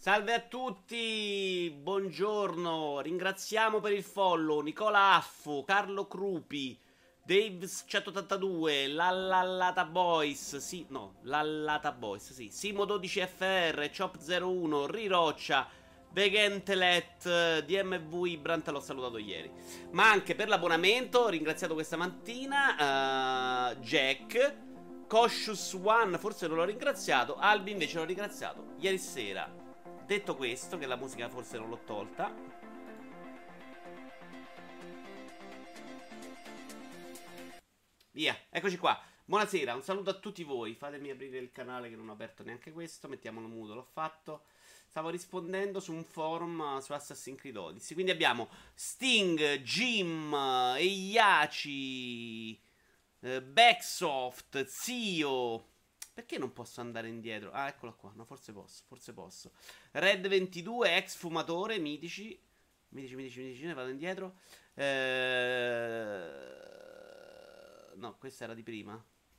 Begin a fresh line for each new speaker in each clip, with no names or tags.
Salve a tutti, buongiorno, ringraziamo per il follow Nicola Affo, Carlo Crupi, Daves 182, Lallata Boys, sì, no, Lallata Boys, sì, Simo 12FR, Chop01, Riroccia, Vegentelet, DMV Ibrant l'ho salutato ieri. Ma anche per l'abbonamento, ringraziato questa mattina, Jack, Cautious One, forse non l'ho ringraziato, Albi invece l'ho ringraziato ieri sera. Detto questo, che la musica forse non l'ho tolta. Via, eccoci qua. Buonasera, un saluto a tutti voi. Fatemi aprire il canale che non ho aperto neanche questo. Mettiamolo muto, l'ho fatto. Stavo rispondendo su un forum su Assassin's Creed Odyssey. Quindi abbiamo Sting, Jim, Eiaci, Backsoft, Zio. Perché non posso andare indietro? Ah, eccola qua. No, forse posso, forse posso. Red 22, ex fumatore, mitici. Mitici, ne vado indietro. No, questa era di prima.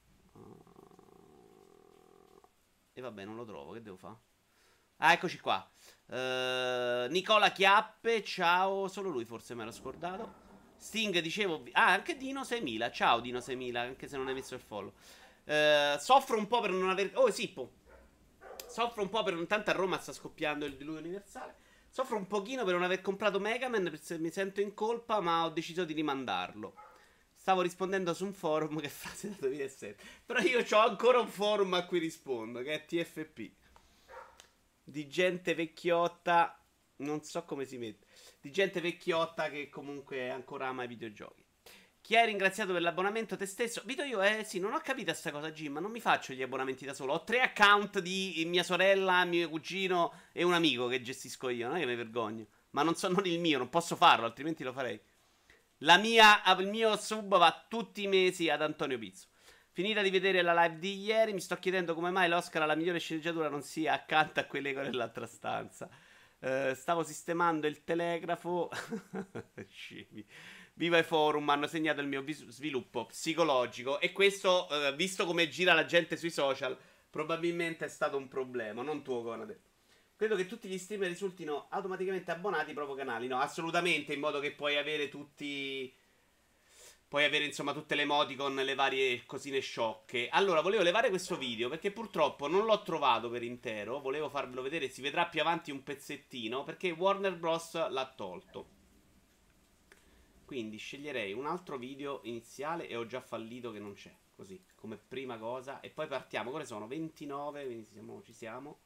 E vabbè, non lo trovo, che devo fare? Ah, eccoci qua. Nicola Chiappe, ciao. Solo lui forse mi ero scordato. Sting, dicevo. Ah, anche Dino 6000. Ciao Dino 6000, anche se non hai messo il follow. Soffro un po' per non aver. Oh, Sippo. Soffro un po' per. Intanto a Roma sta scoppiando il diluvio universale. Soffro un pochino per non aver comprato Mega Man. Perché mi sento in colpa, ma ho deciso di rimandarlo. Stavo rispondendo su un forum che frase da 2007. Però io ho ancora un forum a cui rispondo, che è TFP. Di gente vecchiotta. Non so come si mette. Di gente vecchiotta che comunque ancora ama i videogiochi. Chi hai ringraziato per l'abbonamento? Te stesso? Vito io, sì, non ho capito sta cosa, Jim, ma non mi faccio gli abbonamenti da solo. Ho 3 account di mia sorella, mio cugino e un amico che gestisco io, non è che mi vergogno. Ma non so, non il mio, non posso farlo, altrimenti lo farei. Il mio sub va tutti i mesi ad Antonio Pizzo. Finita di vedere la live di ieri, mi sto chiedendo come mai l'Oscar alla migliore sceneggiatura non sia accanto a quelle nell'altra stanza. Stavo sistemando il telegrafo. Scemi. Viva i forum, hanno segnato il mio sviluppo psicologico. E questo, visto come gira la gente sui social, probabilmente è stato un problema. Non tuo, Conate. Credo che tutti gli streamer risultino automaticamente abbonati ai propri canali. No, assolutamente, in modo che puoi avere tutti. Puoi avere insomma tutte le emoticon, le varie cosine sciocche. Allora, volevo levare questo video perché purtroppo non l'ho trovato per intero. Volevo farvelo vedere, si vedrà più avanti un pezzettino. Perché Warner Bros. L'ha tolto. Quindi sceglierei un altro video iniziale e ho già fallito che non c'è. Così, come prima cosa. E poi partiamo. Ore sono 29, quindi ci siamo.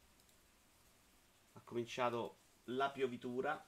Ha cominciato la piovitura.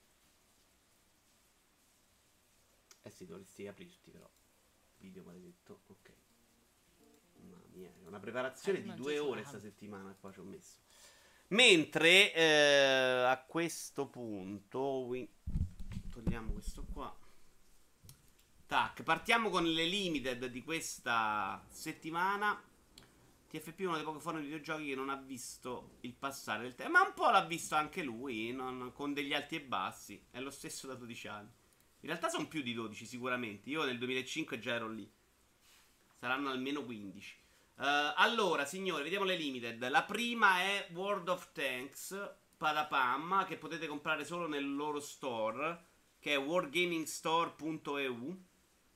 Eh sì, dovresti aprirti però. Video maledetto. Ok. Mamma mia, è una preparazione di 2 ore sta settimana qua ci ho messo. Mentre a questo punto togliamo questo qua. Tac, partiamo con le limited di questa settimana. TFP è uno dei pochi forum di videogiochi che non ha visto il passare del tempo. Ma un po' l'ha visto anche lui, con degli alti e bassi. È lo stesso da 12 anni. In realtà sono più di 12 sicuramente. Io nel 2005 già ero lì. Saranno almeno 15. Allora, signori, vediamo le limited. La prima è World of Tanks Padapam, che potete comprare solo nel loro store, che è wargamingstore.eu.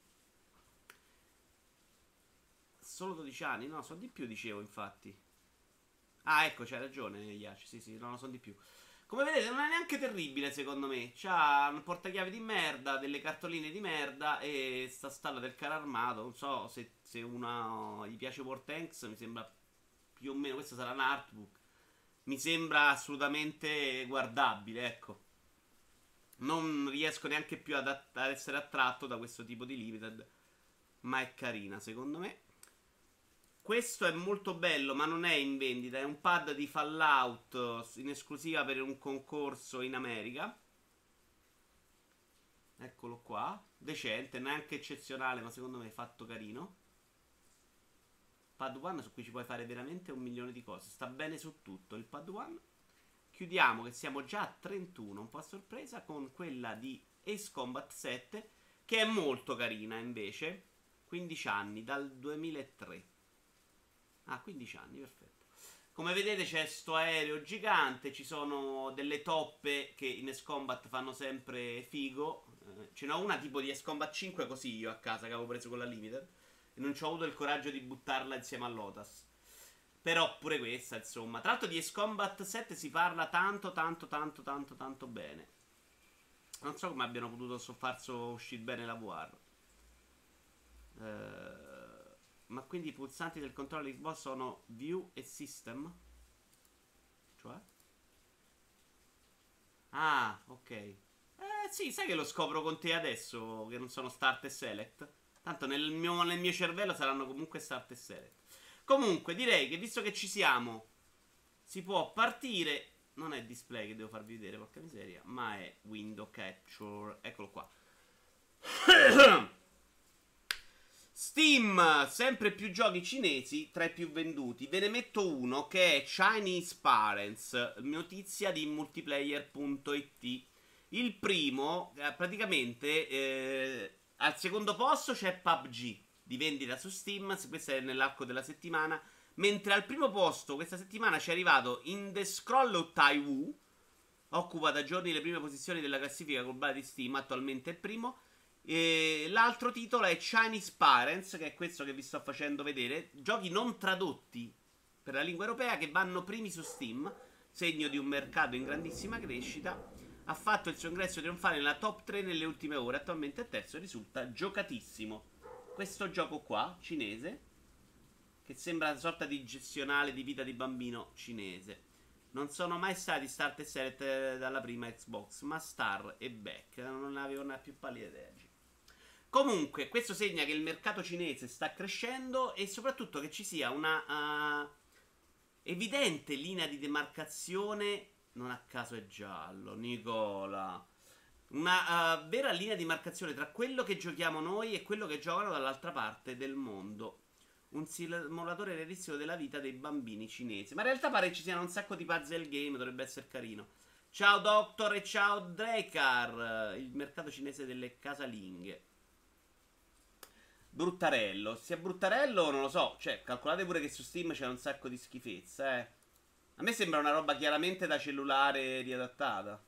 Solo 12 anni? No, sono di più, dicevo, infatti. Ah, ecco, c'hai ragione, Yash. Sì, sì, no, sono di più. Come vedete, non è neanche terribile, secondo me. C'ha un portachiavi di merda, delle cartoline di merda e sta stalla del carro armato. Non so se una gli piace War Tanks, mi sembra più o meno. Questo sarà un artbook. Mi sembra assolutamente guardabile, ecco. Non riesco neanche più ad essere attratto da questo tipo di limited. Ma è carina, secondo me. Questo è molto bello, ma non è in vendita. È un pad di Fallout in esclusiva per un concorso in America. Eccolo qua. Decente, neanche eccezionale, ma secondo me è fatto carino. Pad One su cui ci puoi fare veramente un milione di cose. Sta bene su tutto il Pad One. Chiudiamo che siamo già a 31, un po' a sorpresa, con quella di Ace Combat 7, che è molto carina invece. 15 anni, dal 2003. Ah, 15 anni, perfetto. Come vedete c'è sto aereo gigante, ci sono delle toppe che in Ace Combat fanno sempre figo. Ce n'ho una tipo di Ace Combat 5 così io a casa che avevo preso con la Limited. E non ho avuto il coraggio di buttarla insieme a Lotus. Però pure questa, insomma. Tra l'altro di Ace Combat 7 si parla tanto, tanto, tanto, tanto, tanto bene. Non so come abbiano potuto farso uscire bene la VR. Ma quindi i pulsanti del controllo Xbox sono View e System? Cioè? Ah, ok. Sì, sai che lo scopro con te adesso che non sono Start e Select? Tanto nel mio cervello saranno comunque Start e Select. Comunque, direi che visto che ci siamo, si può partire. Non è display che devo farvi vedere, porca miseria, ma è window capture. Eccolo qua. Steam, sempre più giochi cinesi tra i più venduti. Ve ne metto uno che è Chinese Parents, notizia di multiplayer.it. Il primo, praticamente, al secondo posto c'è PUBG, di vendita su Steam, questo è nell'arco della settimana. Mentre al primo posto questa settimana ci è arrivato In The Scroll of Taiwu, occupa da giorni le prime posizioni della classifica globale di Steam, attualmente è il primo. E l'altro titolo è Chinese Parents, che è questo che vi sto facendo vedere. Giochi non tradotti per la lingua europea che vanno primi su Steam, segno di un mercato in grandissima crescita. Ha fatto il suo ingresso trionfale nella top 3 nelle ultime ore, attualmente è terzo e risulta giocatissimo. Questo gioco qua, cinese, che sembra una sorta di gestionale di vita di bambino cinese. Non sono mai stati Start e Select dalla prima Xbox, ma Star e Back non avevo una più pallida idea. Comunque, questo segna che il mercato cinese sta crescendo e soprattutto che ci sia una evidente linea di demarcazione. Non a caso è giallo, Nicola. Una vera linea di marcazione tra quello che giochiamo noi e quello che giocano dall'altra parte del mondo. Un simulatore realistico della vita dei bambini cinesi. Ma in realtà pare che ci siano un sacco di puzzle game, dovrebbe essere carino. Ciao Doctor e ciao Drekar, il mercato cinese delle casalinghe. Bruttarello. Sia bruttarello non lo so. Cioè, calcolate pure che su Steam c'è un sacco di schifezza, eh. A me sembra una roba chiaramente da cellulare riadattata.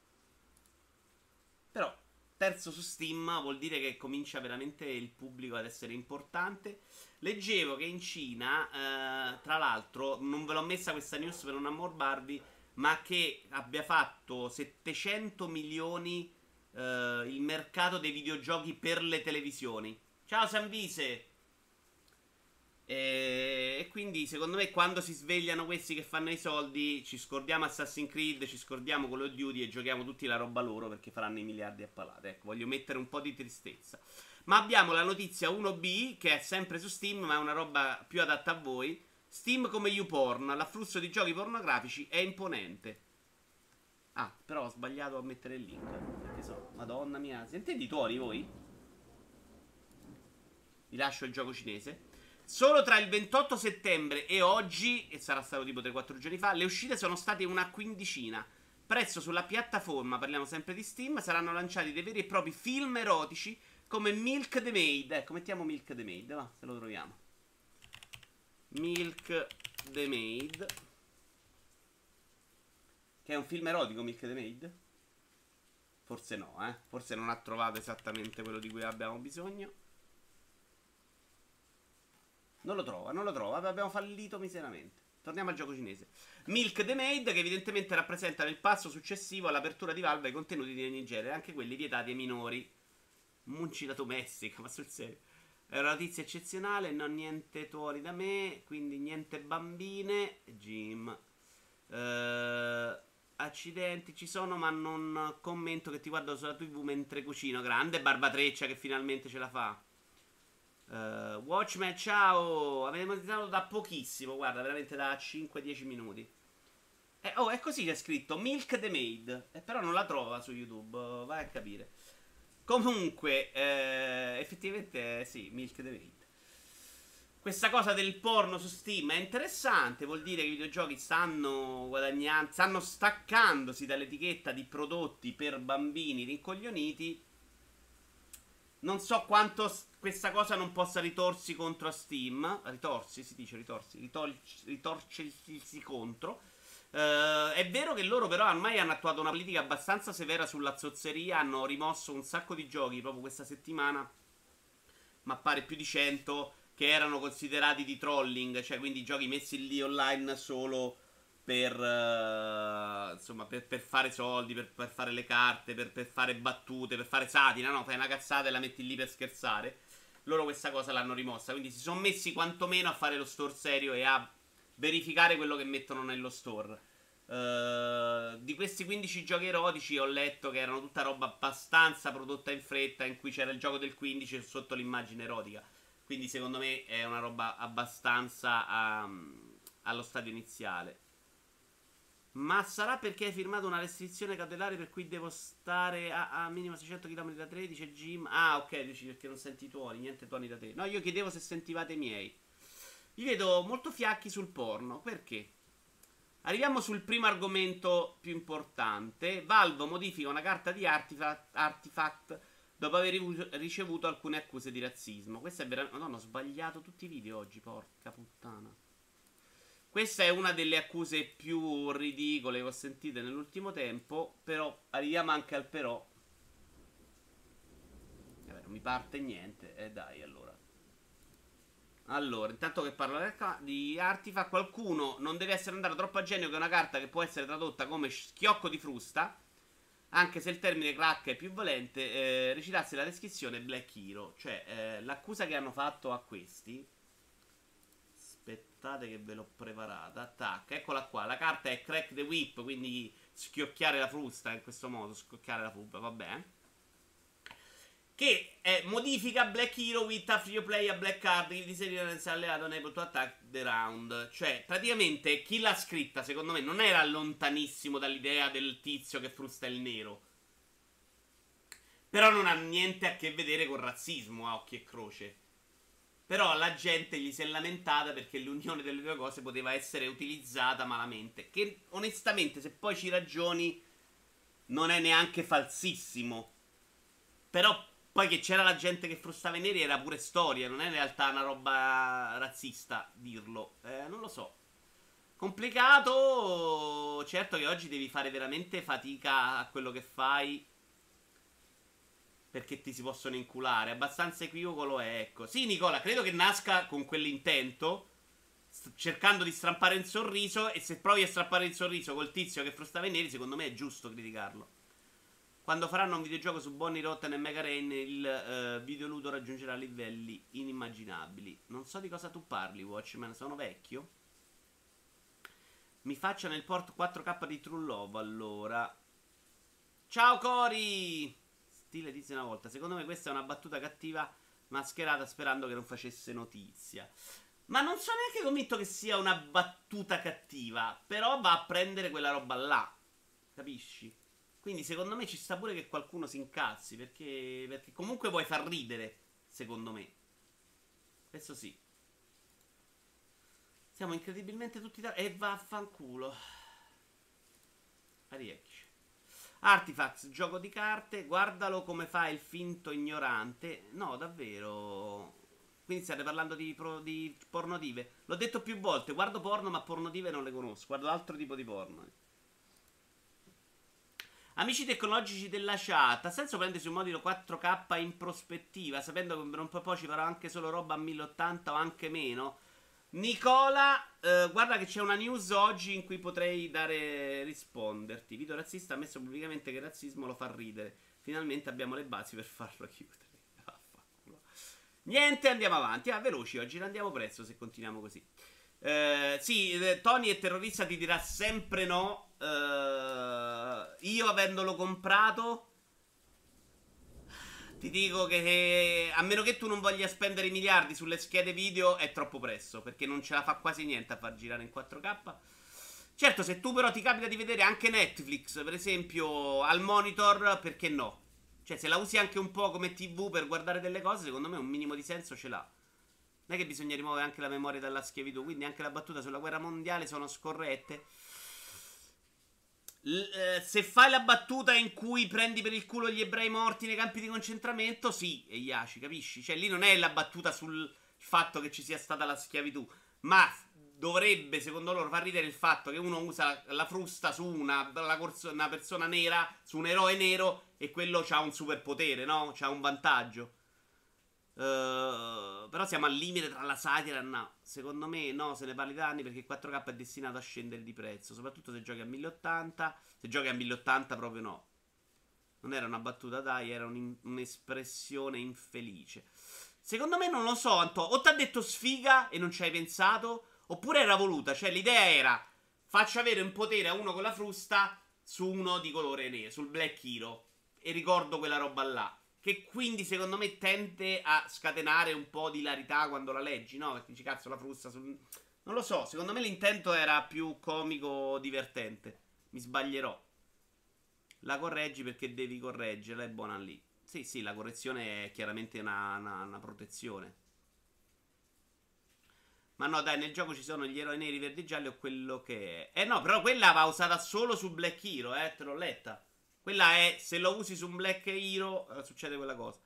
Però, terzo su Steam vuol dire che comincia veramente il pubblico ad essere importante. Leggevo che in Cina, tra l'altro, non ve l'ho messa questa news per non ammorbarvi, ma che abbia fatto 700 milioni il mercato dei videogiochi per le televisioni. Ciao Sanvise! E quindi secondo me quando si svegliano questi che fanno i soldi ci scordiamo Assassin's Creed, ci scordiamo Call of Duty e giochiamo tutti la roba loro perché faranno i miliardi a palate. Ecco, voglio mettere un po' di tristezza. Ma abbiamo la notizia 1B che è sempre su Steam ma è una roba più adatta a voi. Steam come YouPorn, l'afflusso di giochi pornografici è imponente. Ah, però ho sbagliato a mettere il link. Perché so, madonna mia, sentite i tuoni voi? Vi lascio il gioco cinese. Solo tra il 28 settembre e oggi, e sarà stato tipo 3-4 giorni fa, le uscite sono state una quindicina. Presso sulla piattaforma, parliamo sempre di Steam, saranno lanciati dei veri e propri film erotici come Milk the Maid. Ecco, mettiamo Milk the Maid, va, se lo troviamo. Milk the Maid. Che è un film erotico, Milk the Maid? Forse no, forse non ha trovato esattamente quello di cui abbiamo bisogno. Non lo trova, non lo trova. Abbiamo fallito miseramente. Torniamo al gioco cinese. Milk the Maid, che evidentemente rappresenta il passo successivo all'apertura di Valve ai contenuti di ogni genere, anche quelli vietati ai minori. Muncita domestica, ma sul serio. È una notizia eccezionale, non niente tuoni da me, quindi niente bambine. Jim. Accidenti ci sono, ma non commento che ti guardo sulla TV mentre cucino. Grande Barbatreccia che finalmente ce la fa. Watchmen, ciao. Avete monetizzato da pochissimo, guarda, veramente da 5-10 minuti. Oh, è così che è scritto Milk the Maid. Però non la trova su YouTube, vai a capire. Comunque, effettivamente, sì, Milk the Maid. Questa cosa del porno su Steam è interessante, vuol dire che i videogiochi stanno guadagnando, stanno staccandosi dall'etichetta di prodotti per bambini rincoglioniti. Non so quanto questa cosa non possa ritorsi contro a Steam. Ritorsi, si dice ritorsi. Ritorcersi contro. È vero che loro però ormai hanno attuato una politica abbastanza severa sulla zozzeria. Hanno rimosso un sacco di giochi proprio questa settimana. Ma pare più di 100 che erano considerati di trolling. Cioè quindi giochi messi lì online solo per, insomma, per fare soldi, per fare le carte, per fare battute, per fare satira. No, fai una cazzata e la metti lì per scherzare. Loro questa cosa l'hanno rimossa. Quindi si sono messi quantomeno a fare lo store serio e a verificare quello che mettono nello store. Di questi 15 giochi erotici ho letto che erano tutta roba abbastanza prodotta in fretta, in cui c'era il gioco del 15 sotto l'immagine erotica. Quindi secondo me è una roba abbastanza allo stadio iniziale. Ma sarà perché hai firmato una restrizione cautelare per cui devo stare a minimo 600 km da 13 Jim? Ah, ok, dici perché non senti i tuoni, niente tuoni da te. No, io chiedevo se sentivate i miei. Vi vedo molto fiacchi sul porno, perché? Arriviamo sul primo argomento più importante. Valve modifica una carta di Artifact dopo aver ricevuto alcune accuse di razzismo. Questa è veramente... Madonna, ho sbagliato tutti i video oggi, porca puttana. Questa è una delle accuse più ridicole che ho sentite nell'ultimo tempo. Però arriviamo anche al però. Vabbè, non mi parte niente. Dai, allora. Allora, intanto che parlo di Artifact, qualcuno non deve essere andato troppo a genio che è una carta che può essere tradotta come schiocco di frusta. Anche se il termine crack è più volente, ricitasse la descrizione Black Hero. Cioè, l'accusa che hanno fatto a questi... Aspettate che ve l'ho preparata. Attacca, eccola qua. La carta è Crack the Whip, quindi schiocchiare la frusta in questo modo. Schiocchiare la frusta, vabbè. Che modifica Black Hero with a free play a black card. Il disegno è alleato unable to attack the round. Cioè, praticamente chi l'ha scritta, secondo me, non era lontanissimo dall'idea del tizio che frusta il nero. Però non ha niente a che vedere con razzismo a occhi e croce. Però la gente gli si è lamentata perché l'unione delle due cose poteva essere utilizzata malamente. Che onestamente, se poi ci ragioni, non è neanche falsissimo. Però poi che c'era la gente che frustava i neri era pure storia. Non è in realtà una roba razzista dirlo. Non lo so. Complicato. Certo che oggi devi fare veramente fatica a quello che fai, perché ti si possono inculare. Abbastanza equivoco lo è, ecco. Sì, Nicola, credo che nasca con quell'intento, cercando di strappare il sorriso. E se provi a strappare il sorriso col tizio che frustava i neri, secondo me è giusto criticarlo. Quando faranno un videogioco su Bonnie Rotten e Mega Rain, il videoludo raggiungerà livelli inimmaginabili. Non so di cosa tu parli, Watchman, sono vecchio? Mi faccia nel port 4K di True Love, allora. Ciao Cori! Stile disse una volta. Secondo me questa è una battuta cattiva mascherata sperando che non facesse notizia. Ma non sono neanche convinto che sia una battuta cattiva. Però va a prendere quella roba là. Capisci? Quindi secondo me ci sta pure che qualcuno si incazzi. Perché comunque vuoi far ridere. Secondo me. Questo sì. Siamo incredibilmente tutti... E vaffanculo. Riecci. Artifacts, gioco di carte. Guardalo come fa il finto ignorante. No, davvero. Quindi state parlando di pornotive. L'ho detto più volte. Guardo porno, ma pornotive non le conosco. Guardo altro tipo di porno. Amici tecnologici della chat. Ha senso prendersi un modulo 4K in prospettiva, sapendo che per un po' ci farò anche solo roba a 1080 o anche meno? Nicola, guarda che c'è una news oggi in cui potrei risponderti. Vito razzista ha ammesso pubblicamente che il razzismo lo fa ridere. Finalmente abbiamo le basi per farlo chiudere. Niente, andiamo avanti. Veloci oggi, andiamo presto se continuiamo così. Sì, Tony è terrorista, ti dirà sempre no. Io avendolo comprato, ti dico che a meno che tu non voglia spendere miliardi sulle schede video è troppo presto, perché non ce la fa quasi niente a far girare in 4K. Certo, se tu però ti capita di vedere anche Netflix, per esempio, al monitor, perché no? Cioè, se la usi anche un po' come TV per guardare delle cose, secondo me un minimo di senso ce l'ha. Non è che bisogna rimuovere anche la memoria dalla schiavitù, quindi anche la battuta sulla guerra mondiale sono scorrette. Se fai la battuta in cui prendi per il culo gli ebrei morti nei campi di concentramento, sì, e Yashi, capisci? Cioè, lì non è la battuta sul fatto che ci sia stata la schiavitù, ma dovrebbe, secondo loro, far ridere il fatto che uno usa la frusta su una persona nera, su un eroe nero, e quello ha un superpotere, no? C'ha un vantaggio. Però siamo al limite tra la satira e no. Secondo me no, se ne parli da anni perché il 4K è destinato a scendere di prezzo, soprattutto se giochi a 1080. Se giochi a 1080 proprio no. Non era una battuta, dai, era un'espressione infelice. Secondo me non lo so, Anto. O ti ha detto sfiga e non ci hai pensato, oppure era voluta. Cioè l'idea era: faccio avere un potere a uno con la frusta su uno di colore nero, sul Black Hero. E ricordo quella roba là. Che quindi secondo me tende a scatenare un po' di hilarità quando la leggi, no? Perché dici cazzo la frusta sul... Non lo so, secondo me l'intento era più comico, divertente. Mi sbaglierò. La correggi perché devi correggerla, è buona lì. Sì, sì, la correzione è chiaramente una protezione. Ma no, dai, nel gioco ci sono gli eroi neri, verdi e gialli o quello che è. No, però quella va usata solo su Black Hero, te l'ho letta. Quella è, se lo usi su un Black Hero, succede quella cosa.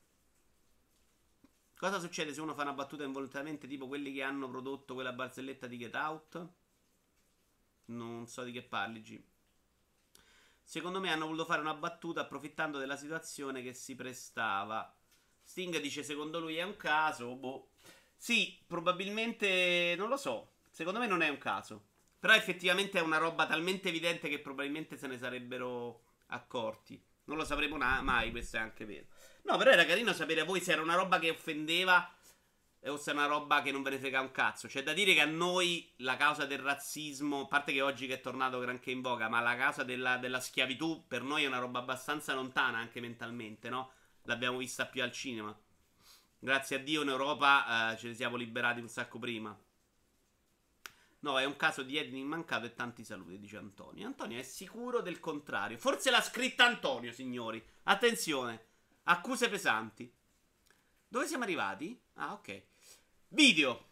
Cosa succede se uno fa una battuta involontariamente, tipo quelli che hanno prodotto quella barzelletta di Get Out? Non so di che parli, G. Secondo me hanno voluto fare una battuta approfittando della situazione che si prestava. Sting dice secondo lui è un caso, boh. Sì, probabilmente, non lo so. Secondo me non è un caso. Però effettivamente è una roba talmente evidente che probabilmente se ne sarebbero accorti. Non lo sapremo mai, questo è anche vero. No, però era carino sapere voi se era una roba che offendeva o se è una roba che non ve ne frega un cazzo. C'è da dire che a noi la causa del razzismo, a parte che oggi che è tornato granché in voga, ma la causa della schiavitù per noi è una roba abbastanza lontana anche mentalmente, no? L'abbiamo vista più al cinema. Grazie a Dio in Europa ce ne siamo liberati un sacco prima. No, è un caso di editing mancato e tanti saluti, dice Antonio. Antonio è sicuro del contrario. Forse l'ha scritta Antonio, signori. Attenzione. Accuse pesanti. Dove siamo arrivati? Ah, ok. Video.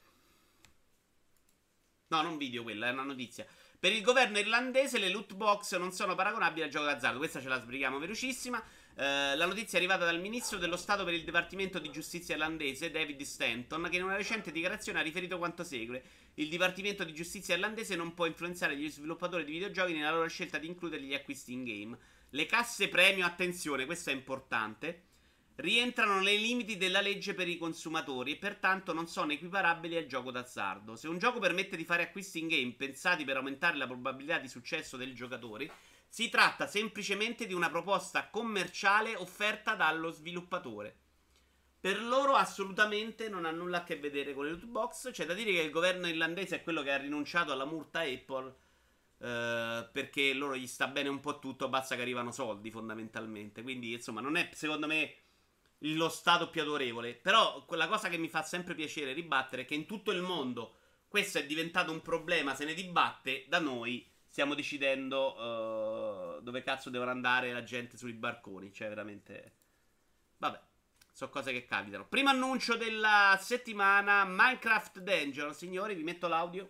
No, non video quella, è una notizia. Per il governo irlandese le loot box non sono paragonabili al gioco d'azzardo. Questa ce la sbrighiamo velocissima. La notizia è arrivata dal ministro dello Stato per il Dipartimento di Giustizia irlandese, David Stanton, che in una recente dichiarazione ha riferito quanto segue. Il Dipartimento di Giustizia irlandese non può influenzare gli sviluppatori di videogiochi nella loro scelta di includere gli acquisti in game. Le casse premio, attenzione, questo è importante, rientrano nei limiti della legge per i consumatori e pertanto non sono equiparabili al gioco d'azzardo. Se un gioco permette di fare acquisti in game pensati per aumentare la probabilità di successo del giocatore, si tratta semplicemente di una proposta commerciale offerta dallo sviluppatore. Per loro assolutamente non ha nulla a che vedere con le loot box. C'è da dire che il governo irlandese è quello che ha rinunciato alla multa Apple, perché loro gli sta bene un po' tutto, basta che arrivano soldi fondamentalmente. Quindi insomma non è secondo me lo stato più autorevole. Però quella cosa che mi fa sempre piacere ribattere è che in tutto il mondo questo è diventato un problema, se ne dibatte. Da noi stiamo decidendo dove cazzo devono andare la gente sui barconi. Cioè veramente... Vabbè, sono cose che capitano. Primo annuncio della settimana, Minecraft Dungeon. Signori, vi metto l'audio.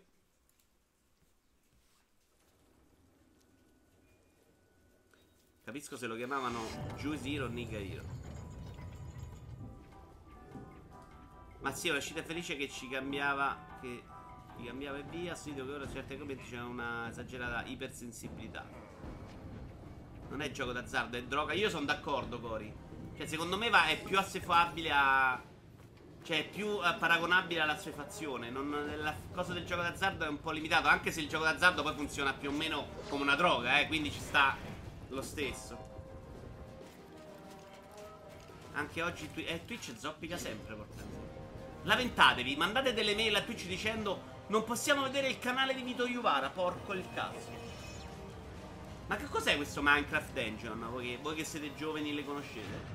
Capisco se lo chiamavano Juice Hero o Nigga Hero. Ma sì, è un'uscita felice che ci cambiava, che ti cambiava e via. Studio che ora certi argomenti c'è una esagerata ipersensibilità. Non è gioco d'azzardo, è droga. Io sono d'accordo, Cori. Cioè, secondo me è più assefabile a... Cioè, è più paragonabile all'assuefazione. La cosa del gioco d'azzardo è un po' limitato. Anche se il gioco d'azzardo poi funziona più o meno come una droga, quindi ci sta lo stesso. Anche oggi Twitch zoppica sempre, porca. Lamentatevi, mandate delle mail a Twitch dicendo non possiamo vedere il canale di Vito Iuvara, porco il cazzo. Ma che cos'è questo Minecraft Dungeon? Voi che siete giovani le conoscete?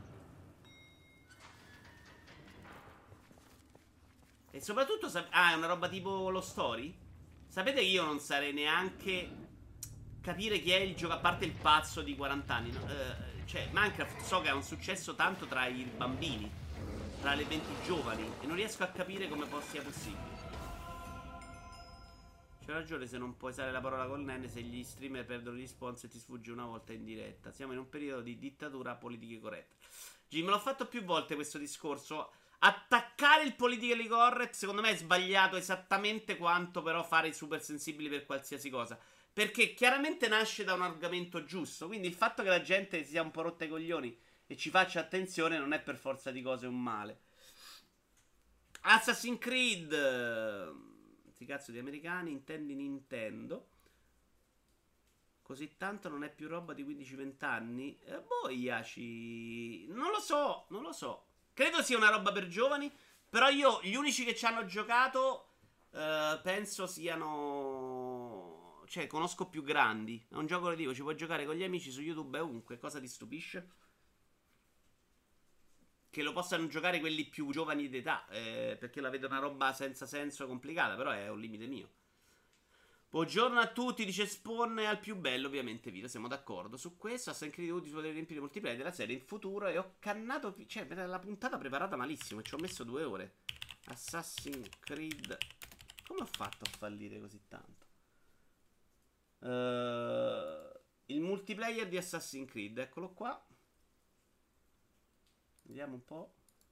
E soprattutto, è una roba tipo lo story? Sapete che io non sarei neanche capire chi è il gioco, a parte il pazzo di 40 anni, no? Cioè, Minecraft so che ha un successo tanto tra i bambini, tra le 20 giovani, e non riesco a capire come sia possibile. C'è ragione se non puoi usare la parola col nene se gli streamer perdono gli sponsor e ti sfugge una volta in diretta. Siamo in un periodo di dittatura politica corretta. Jim, l'ho fatto più volte questo discorso. Attaccare il politically correct secondo me è sbagliato esattamente quanto però fare i super sensibili per qualsiasi cosa. Perché chiaramente nasce da un argomento giusto. Quindi il fatto che la gente si sia un po' rotta i coglioni e ci faccia attenzione non è per forza di cose un male. Assassin's Creed. Sti cazzo di americani, intendi Nintendo. Così tanto non è più roba di 15-20 anni? Boh, Iaci. Non lo so, non lo so. Credo sia una roba per giovani. Però io, gli unici che ci hanno giocato, penso siano. Cioè, conosco più grandi. È un gioco che dico, ci puoi giocare con gli amici su YouTube e ovunque. Cosa ti stupisce? Che lo possano giocare quelli più giovani d'età. Perché la vedo una roba senza senso complicata. Però è un limite mio. Buongiorno a tutti, dice Spawn, e al più bello ovviamente video, siamo d'accordo su questo. Assassin's Creed Odyssey poter riempire i multiplayer della serie in futuro e ho cannato, cioè la puntata preparata malissimo e ci ho messo 2 ore. Assassin's Creed, come ho fatto a fallire così tanto? Il multiplayer di Assassin's Creed, eccolo qua. Vediamo un po'.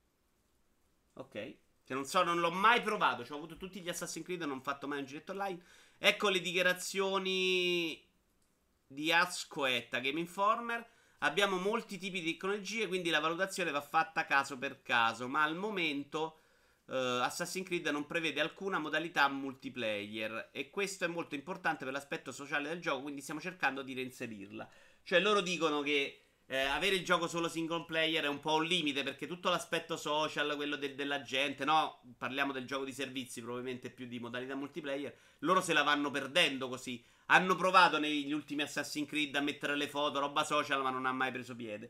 Ok, che non so, non l'ho mai provato, ho avuto tutti gli Assassin's Creed e non ho fatto mai un giretto online. Ecco le dichiarazioni di Ascoetta, Game Informer. Abbiamo molti tipi di tecnologie, quindi la valutazione va fatta caso per caso. Ma al momento Assassin's Creed non prevede alcuna modalità multiplayer. E questo è molto importante per l'aspetto sociale del gioco, quindi stiamo cercando di reinserirla. Cioè loro dicono che avere il gioco solo single player è un po' un limite, perché tutto l'aspetto social, quello della gente, no? Parliamo del gioco di servizi, probabilmente più di modalità multiplayer. Loro se la vanno perdendo così. Hanno provato negli ultimi Assassin's Creed a mettere le foto, roba social, ma non ha mai preso piede.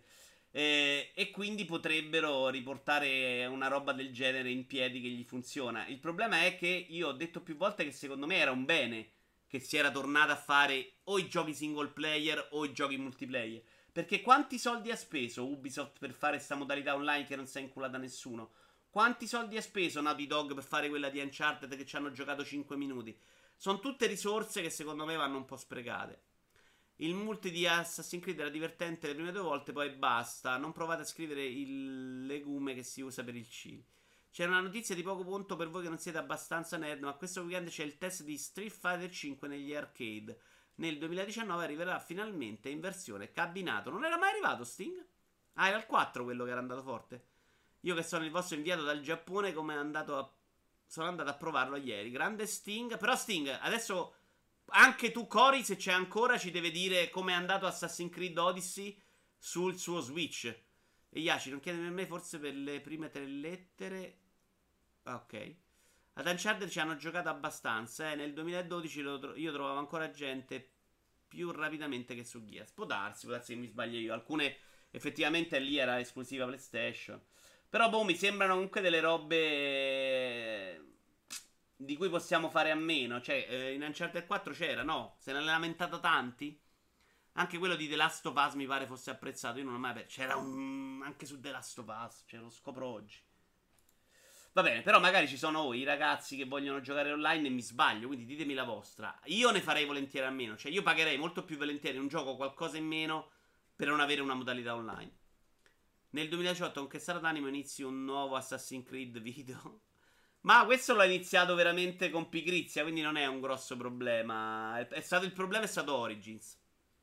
E quindi potrebbero riportare una roba del genere in piedi che gli funziona. Il problema è che io ho detto più volte che secondo me era un bene che si era tornata a fare o i giochi single player o i giochi multiplayer. Perché quanti soldi ha speso Ubisoft per fare questa modalità online che non si è inculata a nessuno? Quanti soldi ha speso Naughty Dog per fare quella di Uncharted che ci hanno giocato 5 minuti? Sono tutte risorse che secondo me vanno un po' sprecate. Il multi di Assassin's Creed era divertente le prime 2 volte, poi basta. Non provate a scrivere il legume che si usa per il chili. C'è una notizia di poco conto per voi che non siete abbastanza nerd, ma questo weekend c'è il test di Street Fighter 5 negli arcade. Nel 2019 arriverà finalmente in versione cabinato. Non era mai arrivato Sting? Ah, era il 4 quello che era andato forte. Io che sono il vostro inviato dal Giappone, come è andato a... sono andato a provarlo ieri. Grande Sting. Però Sting, adesso anche tu Cory, se c'è ancora, ci deve dire come è andato Assassin's Creed Odyssey sul suo Switch. E Yaci, non chiedemi a me, forse per le prime 3 lettere. Ok. Ad Uncharted ci hanno giocato abbastanza. Nel 2012 io trovavo ancora gente più rapidamente che su Gears. Può darsi che mi sbaglio io. Alcune effettivamente lì era esclusiva PlayStation. Però boh, mi sembrano comunque delle robe di cui possiamo fare a meno. Cioè, in Uncharted 4 c'era, no? Se ne hanno lamentato tanti. Anche quello di The Last of Us mi pare fosse apprezzato. Io non ho mai aperto. C'era un... anche su The Last of Us. Cioè, lo scopro oggi. Va bene, però magari ci sono i ragazzi che vogliono giocare online e mi sbaglio, quindi ditemi la vostra. Io ne farei volentieri a meno, cioè io pagherei molto più volentieri un gioco qualcosa in meno per non avere una modalità online. Nel 2018 con che stato d'animo inizi un nuovo Assassin's Creed video? Ma questo l'ho iniziato veramente con pigrizia, quindi non è un grosso problema. Il problema è stato Origins.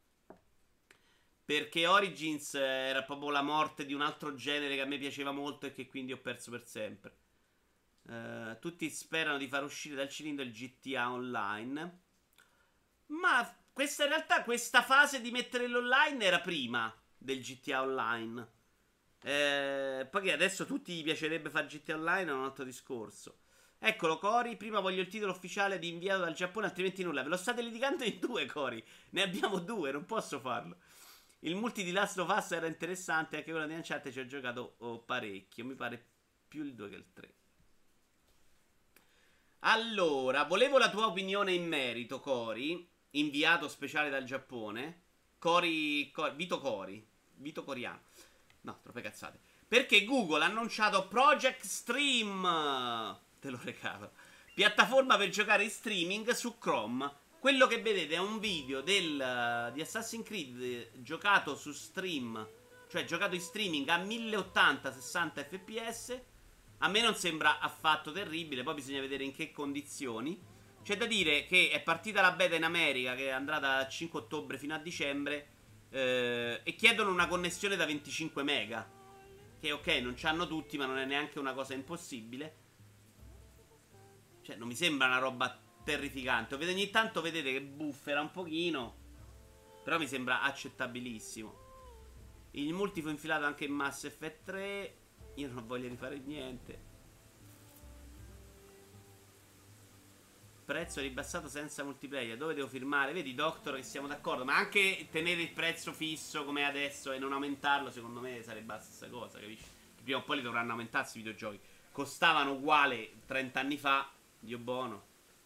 Perché Origins era proprio la morte di un altro genere che a me piaceva molto e che quindi ho perso per sempre. Tutti sperano di far uscire dal cilindro il GTA Online. Ma questa in realtà, questa fase di mettere l'online era prima del GTA Online. Poi che adesso tutti gli piacerebbe fare GTA Online è un altro discorso. Eccolo Cory, prima voglio il titolo ufficiale di inviato dal Giappone, altrimenti nulla. Ve lo state litigando in 2 Cory. Ne abbiamo 2, non posso farlo. Il multi di Last of Us era interessante, anche quello di Uncharted ci ho giocato parecchio. Mi pare più il 2 che il 3. Allora, volevo la tua opinione in merito, Cory, inviato speciale dal Giappone. Vito Cory, Vito Coriano. No, troppe cazzate. Perché Google ha annunciato Project Stream. Te lo regalo. Piattaforma per giocare in streaming su Chrome. Quello che vedete è un video di Assassin's Creed giocato su stream, cioè giocato in streaming a 1080 60 fps. A me non sembra affatto terribile, poi bisogna vedere in che condizioni. C'è da dire che è partita la beta in America, che andrà da 5 ottobre fino a dicembre, e chiedono una connessione da 25 mega. Che ok, non c'hanno tutti, ma non è neanche una cosa impossibile. Cioè, non mi sembra una roba terrificante. Ogni tanto vedete che buffera un pochino, però mi sembra accettabilissimo. Il multi fu infilato anche in Mass Effect 3. Io non voglio rifare niente. Prezzo ribassato senza multiplayer. Dove devo firmare? Vedi, Doctor, che siamo d'accordo. Ma anche tenere il prezzo fisso come adesso e non aumentarlo, secondo me sarebbe la stessa cosa, capisci? Che prima o poi li dovranno aumentarsi i videogiochi. Costavano uguale 30 anni fa. Dio buono.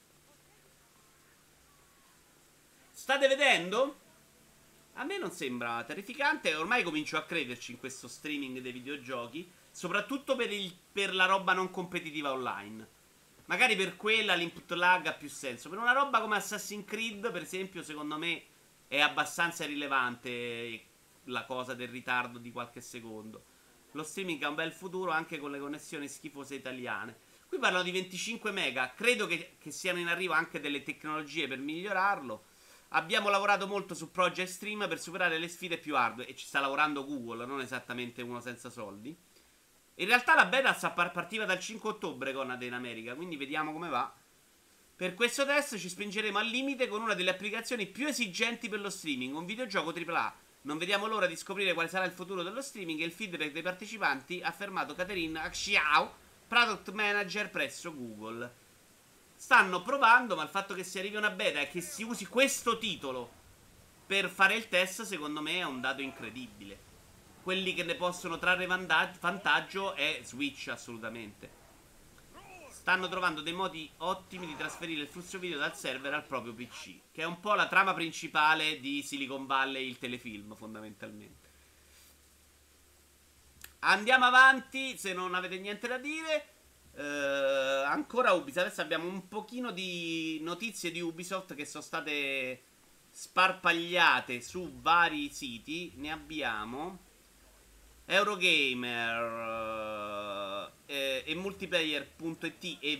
State vedendo? A me non sembra terrificante. Ormai comincio a crederci in questo streaming dei videogiochi. Soprattutto per la roba non competitiva online. Magari per quella l'input lag ha più senso. Per una roba come Assassin's Creed, per esempio, secondo me è abbastanza rilevante la cosa del ritardo di qualche secondo. Lo streaming ha un bel futuro anche con le connessioni schifose italiane. Qui parlano di 25 mega. Credo che siano in arrivo anche delle tecnologie per migliorarlo. Abbiamo lavorato molto su Project Stream per superare le sfide più ardue. E ci sta lavorando Google, non esattamente uno senza soldi. In realtà la beta partiva dal 5 ottobre con in America, quindi vediamo come va. Per questo test ci spingeremo al limite con una delle applicazioni più esigenti per lo streaming, un videogioco AAA. Non vediamo l'ora di scoprire quale sarà il futuro dello streaming e il feedback dei partecipanti, ha affermato Catherine Axiao, product manager presso Google. Stanno provando, ma il fatto che si arrivi a una beta e che si usi questo titolo per fare il test, secondo me è un dato incredibile. Quelli che ne possono trarre vantaggio è Switch, assolutamente. Stanno trovando dei modi ottimi di trasferire il flusso video dal server al proprio PC, che è un po' la trama principale di Silicon Valley, il telefilm, fondamentalmente. Andiamo avanti, se non avete niente da dire. Ancora Ubisoft. Adesso abbiamo un pochino di notizie di Ubisoft che sono state sparpagliate su vari siti. Ne abbiamo Eurogamer e multiplayer.it e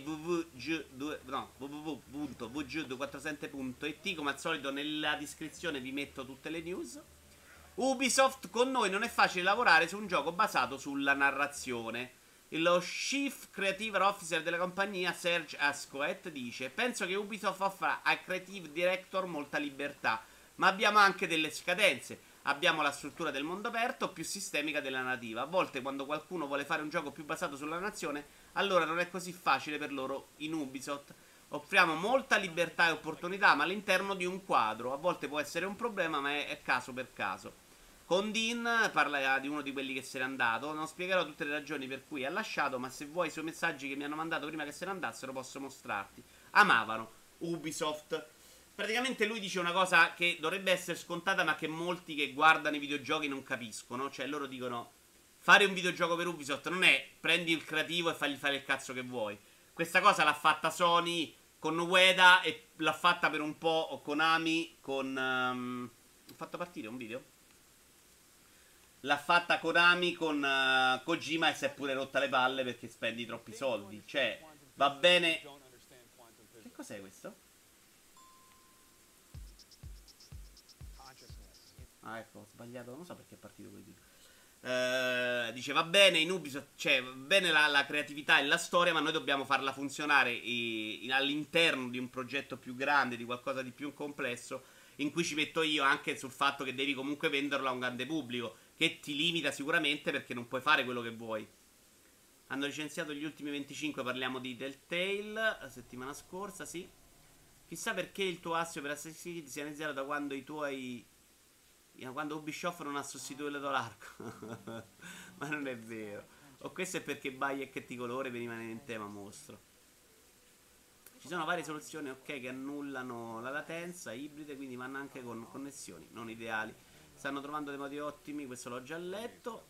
www.vg247.it. Come al solito nella descrizione vi metto tutte le news. Ubisoft: con noi non è facile lavorare su un gioco basato sulla narrazione. Lo Chief Creative Officer della compagnia, Serge Ascoet, dice: penso che Ubisoft offra ai Creative Director molta libertà, ma abbiamo anche delle scadenze. Abbiamo la struttura del mondo aperto più sistemica della nativa. A volte quando qualcuno vuole fare un gioco più basato sulla nazione, allora non è così facile per loro. In Ubisoft offriamo molta libertà e opportunità, ma all'interno di un quadro. A volte può essere un problema, ma è caso per caso. Con Dean parla di uno di quelli che se n'è andato. Non spiegherò tutte le ragioni per cui ha lasciato, ma se vuoi i suoi messaggi che mi hanno mandato prima che se ne andassero posso mostrarti. Amavano Ubisoft. Praticamente lui dice una cosa che dovrebbe essere scontata, ma che molti che guardano i videogiochi non capiscono. Cioè loro dicono: fare un videogioco per Ubisoft non è prendi il creativo e fagli fare il cazzo che vuoi. Questa cosa l'ha fatta Sony con Ueda e l'ha fatta per un po' Konami con ho fatto partire un video? L'ha fatta Konami con Kojima e si è pure rotta le palle perché spendi troppi soldi. Cioè, va bene. Che cos'è questo? Ah, ecco, ho sbagliato. Non so perché è partito quel video. Dice: va bene in Ubisoft, cioè va bene la creatività e la storia, ma noi dobbiamo farla funzionare all'interno di un progetto più grande, di qualcosa di più complesso, in cui ci metto io anche sul fatto che devi comunque venderlo a un grande pubblico, che ti limita sicuramente perché non puoi fare quello che vuoi. Hanno licenziato gli ultimi 25, parliamo di Telltale, la settimana scorsa, sì. Chissà perché il tuo assio per Assassin's Creed sia iniziato da quando i tuoi... quando Ubisoft non ha sostituito l'arco. Ma non è vero. O questo è perché Bayek e Tricolore venivano in tema mostro. Ci sono varie soluzioni, ok, che annullano la latenza, ibride, quindi vanno anche con connessioni non ideali. Stanno trovando dei modi ottimi, questo l'ho già letto.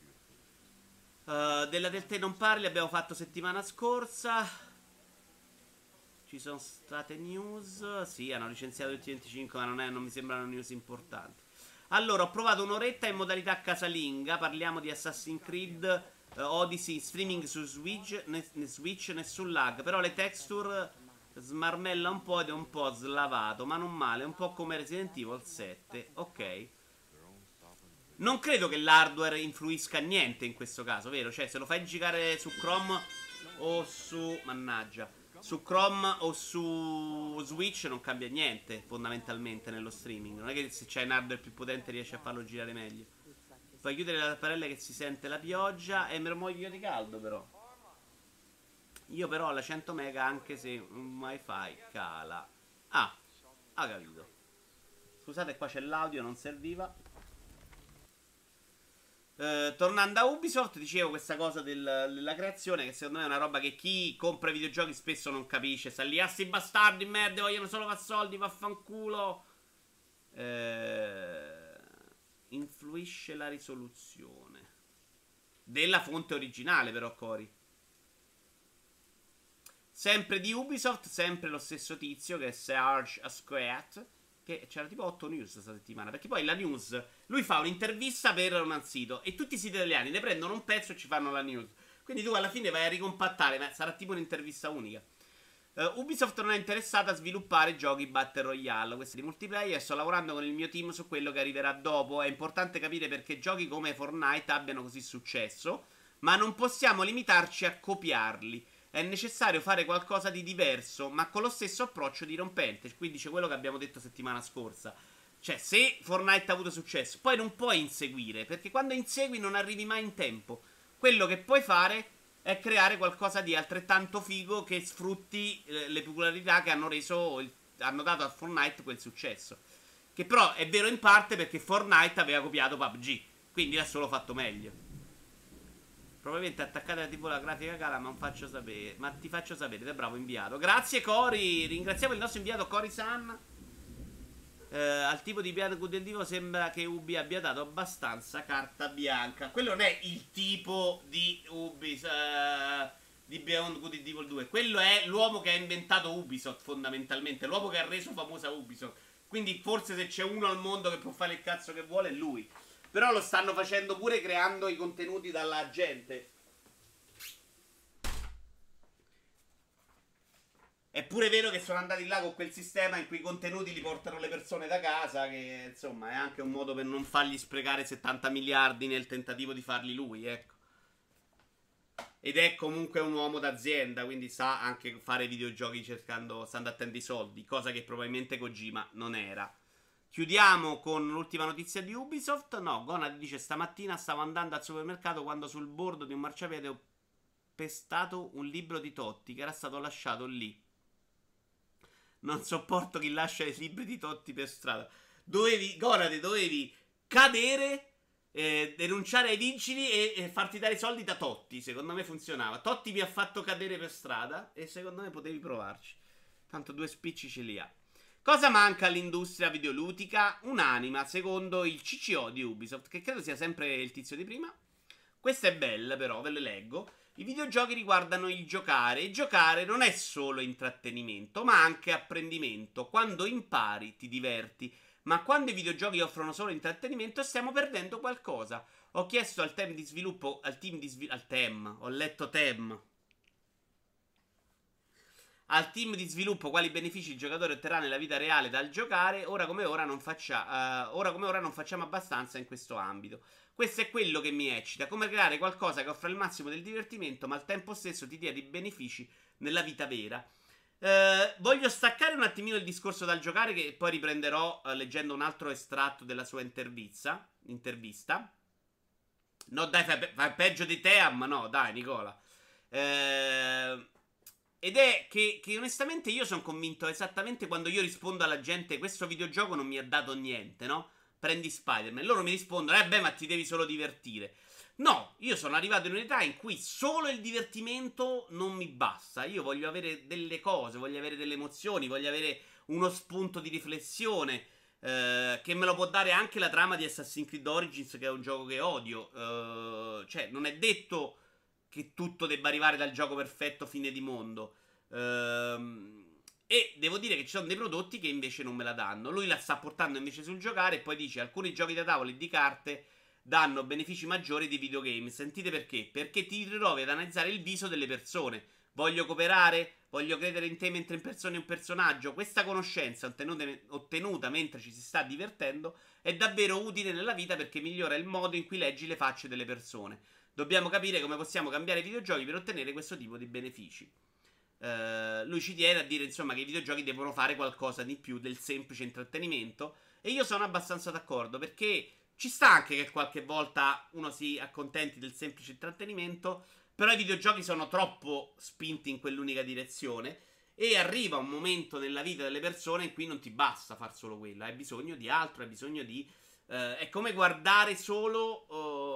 Della Telltale non parli, abbiamo fatto settimana scorsa. Ci sono state news. Sì, hanno licenziato il T25, ma non mi sembrano news importanti. Allora, ho provato un'oretta in modalità casalinga. Parliamo di Assassin's Creed Odyssey streaming su Switch, nessun lag. Però le texture smarmella un po' ed è un po' slavato, ma non male. Un po' come Resident Evil 7. Ok. Non credo che l'hardware influisca niente in questo caso, vero? Cioè, se lo fai giocare su Chrome o su... Mannaggia. Su Chrome o su Switch non cambia niente, fondamentalmente, nello streaming. Non è che se c'hai un hardware più potente riesci a farlo girare meglio. Puoi chiudere la tapparella che si sente la pioggia e me lo muoio di caldo, però. Io però ho la 100 mega anche se un wifi cala. Ah, ha capito. Scusate, qua c'è l'audio, non serviva. Tornando a Ubisoft, dicevo questa cosa della creazione, che secondo me è una roba che chi compra i videogiochi spesso non capisce. Sta lì, ah sti bastardi, merda, vogliono solo far soldi, vaffanculo. Influisce la risoluzione della fonte originale, però, Cori. Sempre di Ubisoft, sempre lo stesso tizio che è Serge Asquet, che c'era tipo 8 news questa settimana. Perché poi la news, lui fa un'intervista per un sito e tutti i siti italiani ne prendono un pezzo e ci fanno la news. Quindi tu alla fine vai a ricompattare, ma sarà tipo un'intervista unica. Ubisoft non è interessata a sviluppare giochi Battle Royale, questi di multiplayer. Sto lavorando con il mio team su quello che arriverà dopo. È importante capire perché giochi come Fortnite abbiano così successo, ma non possiamo limitarci a copiarli. È necessario fare qualcosa di diverso, ma con lo stesso approccio dirompente. Qui dice quello che abbiamo detto settimana scorsa. Cioè, se Fortnite ha avuto successo, poi non puoi inseguire, perché quando insegui non arrivi mai in tempo. Quello che puoi fare è creare qualcosa di altrettanto figo che sfrutti le peculiarità che hanno dato a Fortnite quel successo. Che però è vero in parte perché Fortnite aveva copiato PUBG, quindi l'ha solo fatto meglio. Probabilmente attaccate alla TV la grafica cala, ma non faccio sapere. Ma ti faccio sapere, sei bravo inviato. Grazie Cori, ringraziamo il nostro inviato Cori San. Al tipo di Beyond Good and Evil sembra che Ubi abbia dato abbastanza carta bianca. Quello non è il tipo di Ubi di Beyond Good and Evil 2. Quello è l'uomo che ha inventato Ubisoft, fondamentalmente. L'uomo che ha reso famosa Ubisoft. Quindi forse se c'è uno al mondo che può fare il cazzo che vuole è lui. Però lo stanno facendo pure creando i contenuti dalla gente. È pure vero che sono andati là con quel sistema in cui i contenuti li portano le persone da casa, che insomma è anche un modo per non fargli sprecare 70 miliardi nel tentativo di farli lui, ecco. Ed è comunque un uomo d'azienda, quindi sa anche fare videogiochi stando attenti ai soldi, cosa che probabilmente Kojima non era. Chiudiamo con l'ultima notizia di Ubisoft. No, Gonad dice stamattina stavo andando al supermercato quando sul bordo di un marciapiede ho pestato un libro di Totti che era stato lasciato lì. Non sopporto chi lascia i libri di Totti per strada. Dovevi cadere, denunciare ai vigili e farti dare i soldi da Totti. Secondo me funzionava. Totti mi ha fatto cadere per strada e secondo me potevi provarci. Tanto 2 spicci ce li ha. Cosa manca all'industria videoludica? Un'anima, secondo il CCO di Ubisoft, che credo sia sempre il tizio di prima. Questa è bella, però, ve le leggo. I videogiochi riguardano il giocare. E giocare non è solo intrattenimento, ma anche apprendimento. Quando impari, ti diverti. Ma quando i videogiochi offrono solo intrattenimento, stiamo perdendo qualcosa. Ho chiesto al team di sviluppo, ho letto team. Al team di sviluppo quali benefici il giocatore otterrà nella vita reale dal giocare. Ora come ora non facciamo abbastanza in questo ambito. Questo è quello che mi eccita, come creare qualcosa che offra il massimo del divertimento ma al tempo stesso ti dia dei benefici nella vita vera. Voglio staccare un attimino il discorso dal giocare, che poi riprenderò leggendo un altro estratto della sua intervista. No dai, fai peggio di Team. No dai Nicola. Ed è che onestamente io sono convinto esattamente quando io rispondo alla gente questo videogioco non mi ha dato niente, no? Prendi Spider-Man. Loro mi rispondono, beh, ma ti devi solo divertire. No, io sono arrivato in un'età in cui solo il divertimento non mi basta. Io voglio avere delle cose, voglio avere delle emozioni, voglio avere uno spunto di riflessione. Che me lo può dare anche la trama di Assassin's Creed Origins, che è un gioco che odio. Cioè, non è detto che tutto debba arrivare dal gioco perfetto fine di mondo. E devo dire che ci sono dei prodotti che invece non me la danno. Lui la sta portando invece sul giocare e poi dice alcuni giochi da tavolo e di carte danno benefici maggiori dei videogame. Sentite perché? Perché ti ritrovi ad analizzare il viso delle persone. Voglio cooperare? Voglio credere in te mentre impersoni un personaggio? Questa conoscenza ottenuta mentre ci si sta divertendo è davvero utile nella vita perché migliora il modo in cui leggi le facce delle persone. Dobbiamo capire come possiamo cambiare i videogiochi per ottenere questo tipo di benefici. Lui ci tiene a dire insomma che i videogiochi devono fare qualcosa di più del semplice intrattenimento e io sono abbastanza d'accordo perché ci sta anche che qualche volta uno si accontenti del semplice intrattenimento, però i videogiochi sono troppo spinti in quell'unica direzione e arriva un momento nella vita delle persone in cui non ti basta far solo quello, hai bisogno di altro, hai bisogno di è come guardare solo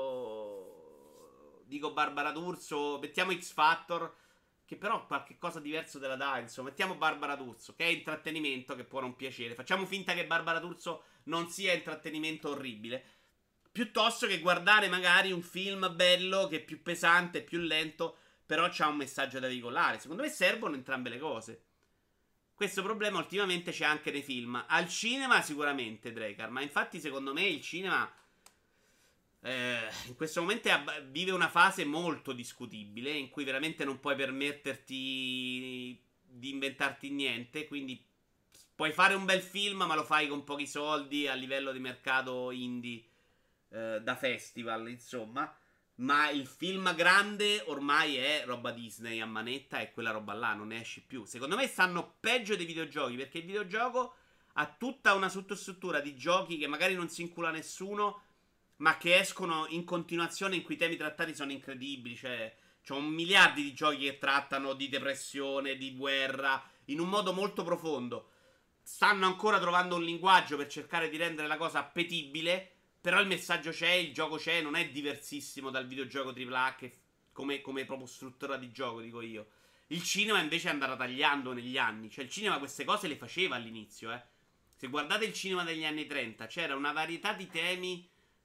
dico Barbara D'Urso, mettiamo X Factor che però qualche cosa diverso te la dà, insomma. Mettiamo Barbara D'Urso, che è intrattenimento, che può non piacere. Facciamo finta che Barbara D'Urso non sia intrattenimento orribile. Piuttosto che guardare magari un film bello, che è più pesante, più lento, però c'ha un messaggio da veicolare. Secondo me servono entrambe le cose. Questo problema ultimamente c'è anche nei film. Al cinema sicuramente, Dracar, ma infatti secondo me il cinema in questo momento vive una fase molto discutibile in cui veramente non puoi permetterti di inventarti niente. Quindi puoi fare un bel film, ma lo fai con pochi soldi a livello di mercato indie da festival, insomma. Ma il film grande ormai è roba Disney a manetta e quella roba là non ne esci più. Secondo me stanno peggio dei videogiochi perché il videogioco ha tutta una sottostruttura di giochi che magari non si incula nessuno ma che escono in continuazione in cui i temi trattati sono incredibili. Cioè, c'ho un miliardi di giochi che trattano di depressione, di guerra, in un modo molto profondo. Stanno ancora trovando un linguaggio per cercare di rendere la cosa appetibile, però il messaggio c'è, il gioco c'è, non è diversissimo dal videogioco AAA come proprio struttura di gioco, dico io. Il cinema invece è andato tagliando negli anni. Cioè, il cinema queste cose le faceva all'inizio, eh. Se guardate il cinema degli anni 30, c'era una varietà di temi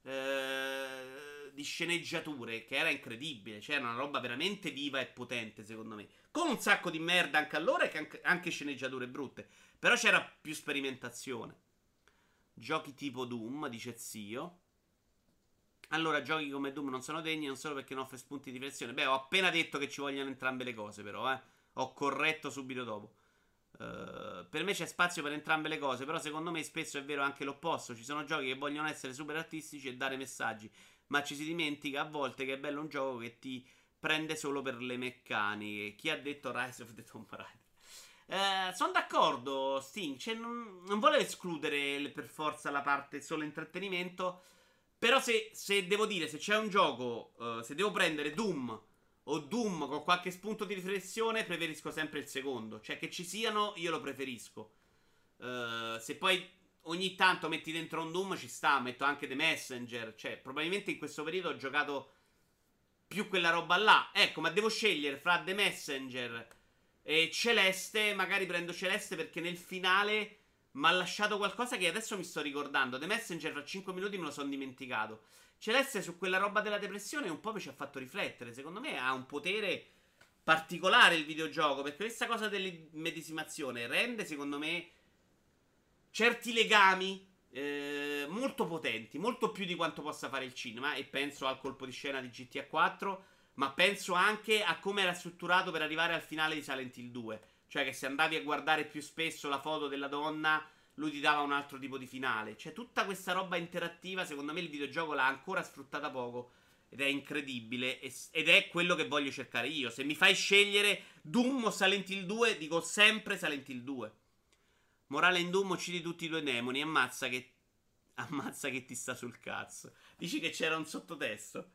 di sceneggiature che era incredibile. C'era una roba veramente viva e potente, secondo me. Con un sacco di merda anche allora e anche sceneggiature brutte. Però c'era più sperimentazione. Giochi tipo Doom, dice zio. Allora, giochi come Doom non sono degni non solo perché non offre spunti di riflessione. Beh, ho appena detto che ci vogliono entrambe le cose, però, eh. Ho corretto subito dopo. Per me c'è spazio per entrambe le cose, però secondo me spesso è vero anche l'opposto. Ci sono giochi che vogliono essere super artistici e dare messaggi, ma ci si dimentica a volte che è bello un gioco che ti prende solo per le meccaniche. Chi ha detto Rise of the Tomb Raider? Sono d'accordo, Sting. Cioè, non volevo escludere per forza la parte solo intrattenimento. Però se devo dire, se c'è un gioco, se devo prendere Doom o Doom con qualche spunto di riflessione, preferisco sempre il secondo. Cioè che ci siano, io lo preferisco. Se poi ogni tanto metti dentro un Doom ci sta, metto anche The Messenger. Cioè, probabilmente in questo periodo ho giocato più quella roba là. Ecco, ma devo scegliere fra The Messenger e Celeste. Magari prendo Celeste perché nel finale mi ha lasciato qualcosa che adesso mi sto ricordando. The Messenger fra 5 minuti me lo sono dimenticato. Celeste su quella roba della depressione un po' mi ci ha fatto riflettere. Secondo me ha un potere particolare il videogioco, perché questa cosa dell'immedesimazione rende, secondo me, certi legami molto potenti, molto più di quanto possa fare il cinema. E penso al colpo di scena di GTA 4, ma penso anche a come era strutturato per arrivare al finale di Silent Hill 2. Cioè che se andavi a guardare più spesso la foto della donna, lui ti dava un altro tipo di finale. Cioè tutta questa roba interattiva, secondo me il videogioco l'ha ancora sfruttata poco. Ed è incredibile. Ed è quello che voglio cercare io. Se mi fai scegliere Doom o Silent Hill 2, dico sempre Silent Hill 2. Morale in Doom, uccidi tutti i tuoi demoni. Ammazza che ti sta sul cazzo. Dici che c'era un sottotesto.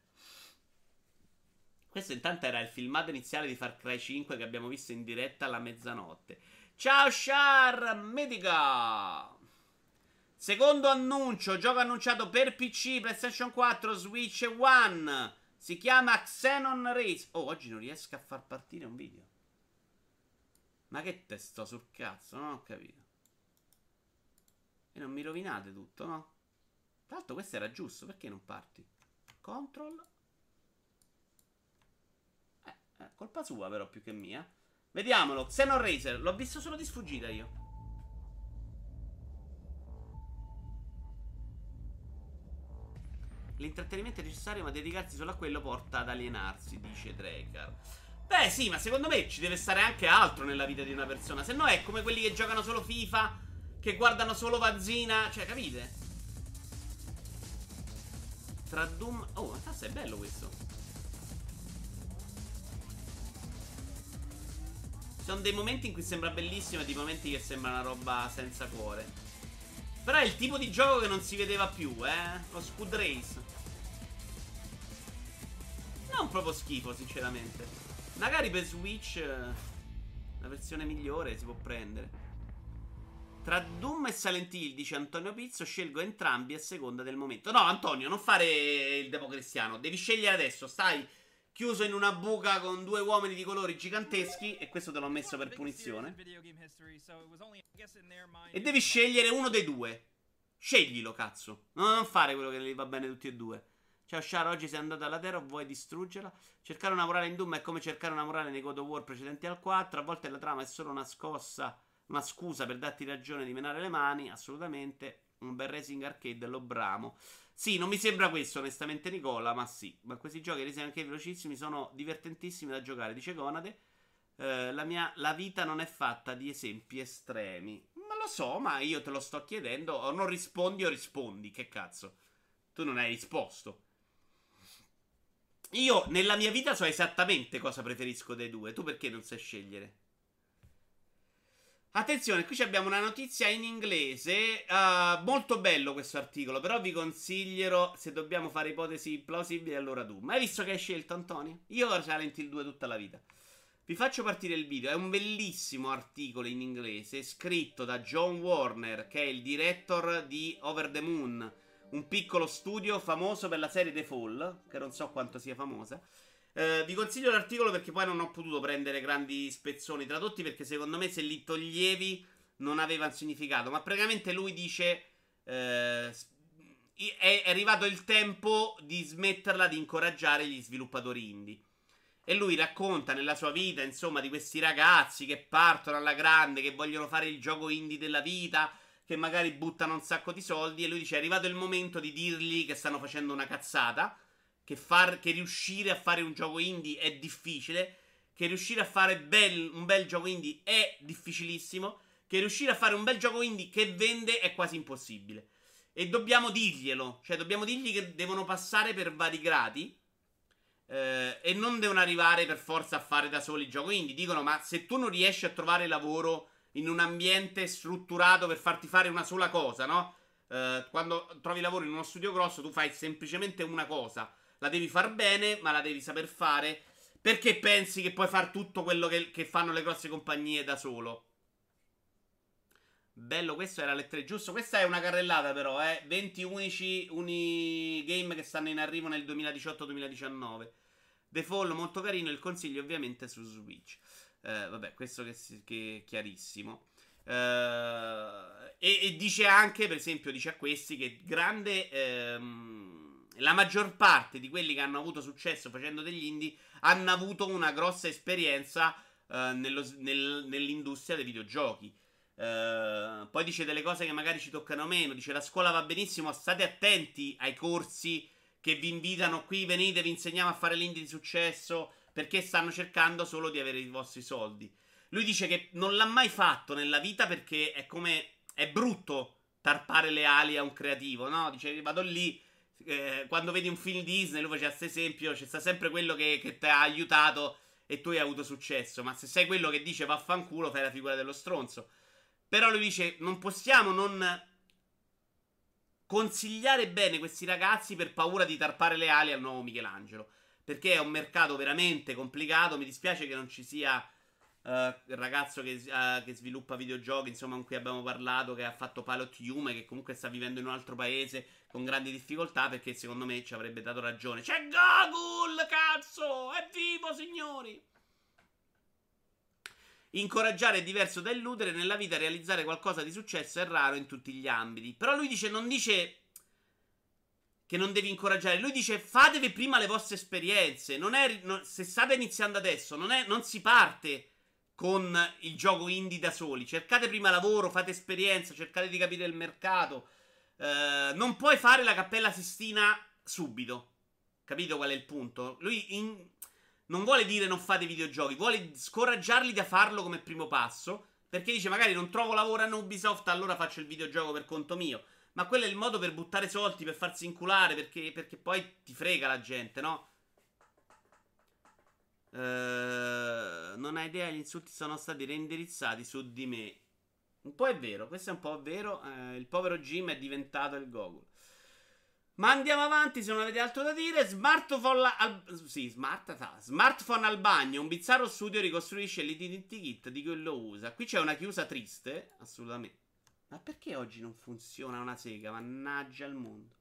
Questo intanto era il filmato iniziale di Far Cry 5 che abbiamo visto in diretta alla mezzanotte. Ciao Char, Medica. Secondo annuncio, gioco annunciato per PC, PlayStation 4, Switch e One. Si chiama Xenon Race. Oh, oggi non riesco a far partire un video. Ma che te sto sul cazzo, non ho capito. E non mi rovinate tutto, no? Tra l'altro questo era giusto, perché non parti? Control. Colpa sua però più che mia. Vediamolo. Xenon Racer. L'ho visto solo di sfuggita io. L'intrattenimento è necessario, ma dedicarsi solo a quello porta ad alienarsi, dice Drekar. Beh, sì, ma secondo me ci deve stare anche altro nella vita di una persona. Se no è come quelli che giocano solo FIFA, che guardano solo Vanzina. Cioè, capite? Tra Doom... Oh, ma cazzo, è bello questo. Ci sono dei momenti in cui sembra bellissimo e dei momenti che sembra una roba senza cuore. Però è il tipo di gioco che non si vedeva più, lo Scud Race. Non proprio schifo, sinceramente. Magari per Switch la versione migliore si può prendere. Tra Doom e Silent Hill, dice Antonio Pizzo, scelgo entrambi a seconda del momento. No, Antonio, non fare il democristiano. Devi scegliere adesso. Stai chiuso in una buca con due uomini di colori giganteschi. E questo te l'ho messo per punizione. E devi scegliere uno dei due. Sceglilo, cazzo. Non fare quello che gli va bene tutti e due. Ciao Shar, oggi sei andato alla Terra o vuoi distruggerla? Cercare una morale in Doom è come cercare una morale nei God of War precedenti al 4. A volte la trama è solo una scusa per darti ragione di menare le mani. Assolutamente. Un bel racing arcade lo bramo. Sì, non mi sembra questo onestamente Nicola, ma sì. Ma questi giochi resi anche velocissimi sono divertentissimi da giocare, dice Conade. La vita non è fatta di esempi estremi. Ma lo so, ma io te lo sto chiedendo. O non rispondi o rispondi. Che cazzo? Tu non hai risposto. Io nella mia vita so esattamente cosa preferisco dei due. Tu perché non sai scegliere? Attenzione, qui abbiamo una notizia in inglese. Molto bello questo articolo. Però vi consiglierò, se dobbiamo fare ipotesi plausibili, allora tu. Ma hai visto che hai scelto, Antonio? Io ho Silent Hill 2 tutta la vita. Vi faccio partire il video. È un bellissimo articolo in inglese scritto da John Warner, che è il director di Over the Moon, un piccolo studio famoso per la serie The Fall, che non so quanto sia famosa. Vi consiglio l'articolo perché poi non ho potuto prendere grandi spezzoni tradotti, perché secondo me se li toglievi non avevano significato. Ma praticamente lui dice è arrivato il tempo di smetterla di incoraggiare gli sviluppatori indie. E lui racconta nella sua vita, insomma, di questi ragazzi che partono alla grande, che vogliono fare il gioco indie della vita, che magari buttano un sacco di soldi. E lui dice: è arrivato il momento di dirgli che stanno facendo una cazzata, che riuscire a fare un gioco indie è difficile, che riuscire a fare un bel gioco indie è difficilissimo, che riuscire a fare un bel gioco indie che vende è quasi impossibile. E dobbiamo dirglielo, cioè dobbiamo dirgli che devono passare per vari gradi. E non devono arrivare per forza a fare da soli il gioco indie. Dicono: ma se tu non riesci a trovare lavoro in un ambiente strutturato per farti fare una sola cosa, no? Quando trovi lavoro in uno studio grosso, tu fai semplicemente una cosa. La devi far bene, ma la devi saper fare. Perché pensi che puoi fare tutto quello che fanno le grosse compagnie da solo? Bello, questo era le 3, giusto? Questa è una carrellata però, 20 uni game che stanno in arrivo nel 2018-2019. The Fall molto carino, il consiglio ovviamente su Switch. Vabbè, questo che è chiarissimo. E dice anche, per esempio, dice a questi che grande... la maggior parte di quelli che hanno avuto successo facendo degli indie hanno avuto una grossa esperienza nell'industria dei videogiochi. Poi dice delle cose che magari ci toccano meno. Dice: la scuola va benissimo, state attenti ai corsi che vi invitano qui, venite, vi insegniamo a fare l'indie di successo, perché stanno cercando solo di avere i vostri soldi. Lui dice che non l'ha mai fatto nella vita perché è brutto tarpare le ali a un creativo, no? Dice: vado lì, quando vedi un film Disney, lui faceva questo esempio, c'è sta sempre quello che ti ha aiutato e tu hai avuto successo. Ma se sei quello che dice vaffanculo, fai la figura dello stronzo. Però lui dice: non possiamo non consigliare bene questi ragazzi per paura di tarpare le ali al nuovo Michelangelo, perché è un mercato veramente complicato. Mi dispiace che non ci sia il ragazzo che sviluppa videogiochi, insomma, con cui abbiamo parlato, che ha fatto Pilot Hume, che comunque sta vivendo in un altro paese con grandi difficoltà, perché secondo me ci avrebbe dato ragione. C'è Gogol, cazzo, è vivo, signori. Incoraggiare è diverso da illudere. Nella vita realizzare qualcosa di successo è raro in tutti gli ambiti. Però lui non dice che non devi incoraggiare. Lui dice: fatevi prima le vostre esperienze. Se state iniziando adesso, non si parte con il gioco indie da soli. Cercate prima lavoro, fate esperienza, cercate di capire il mercato. Non puoi fare la Cappella Sistina subito. Capito qual è il punto? Non vuole dire non fate videogiochi, vuole scoraggiarli da farlo come primo passo. Perché dice magari non trovo lavoro a Ubisoft, allora faccio il videogioco per conto mio. Ma quello è il modo per buttare soldi, per farsi inculare, perché poi ti frega la gente, no? Non hai idea, gli insulti sono stati reindirizzati su di me. Un po' è vero, questo è un po' vero. Il povero Jim è diventato il Gogol. Ma andiamo avanti, se non avete altro da dire. Smartphone al bagno. Un bizzarro studio ricostruisce l'identikit di chi lo usa. Qui c'è una chiusa triste, assolutamente. Ma perché oggi non funziona una sega? Mannaggia il mondo.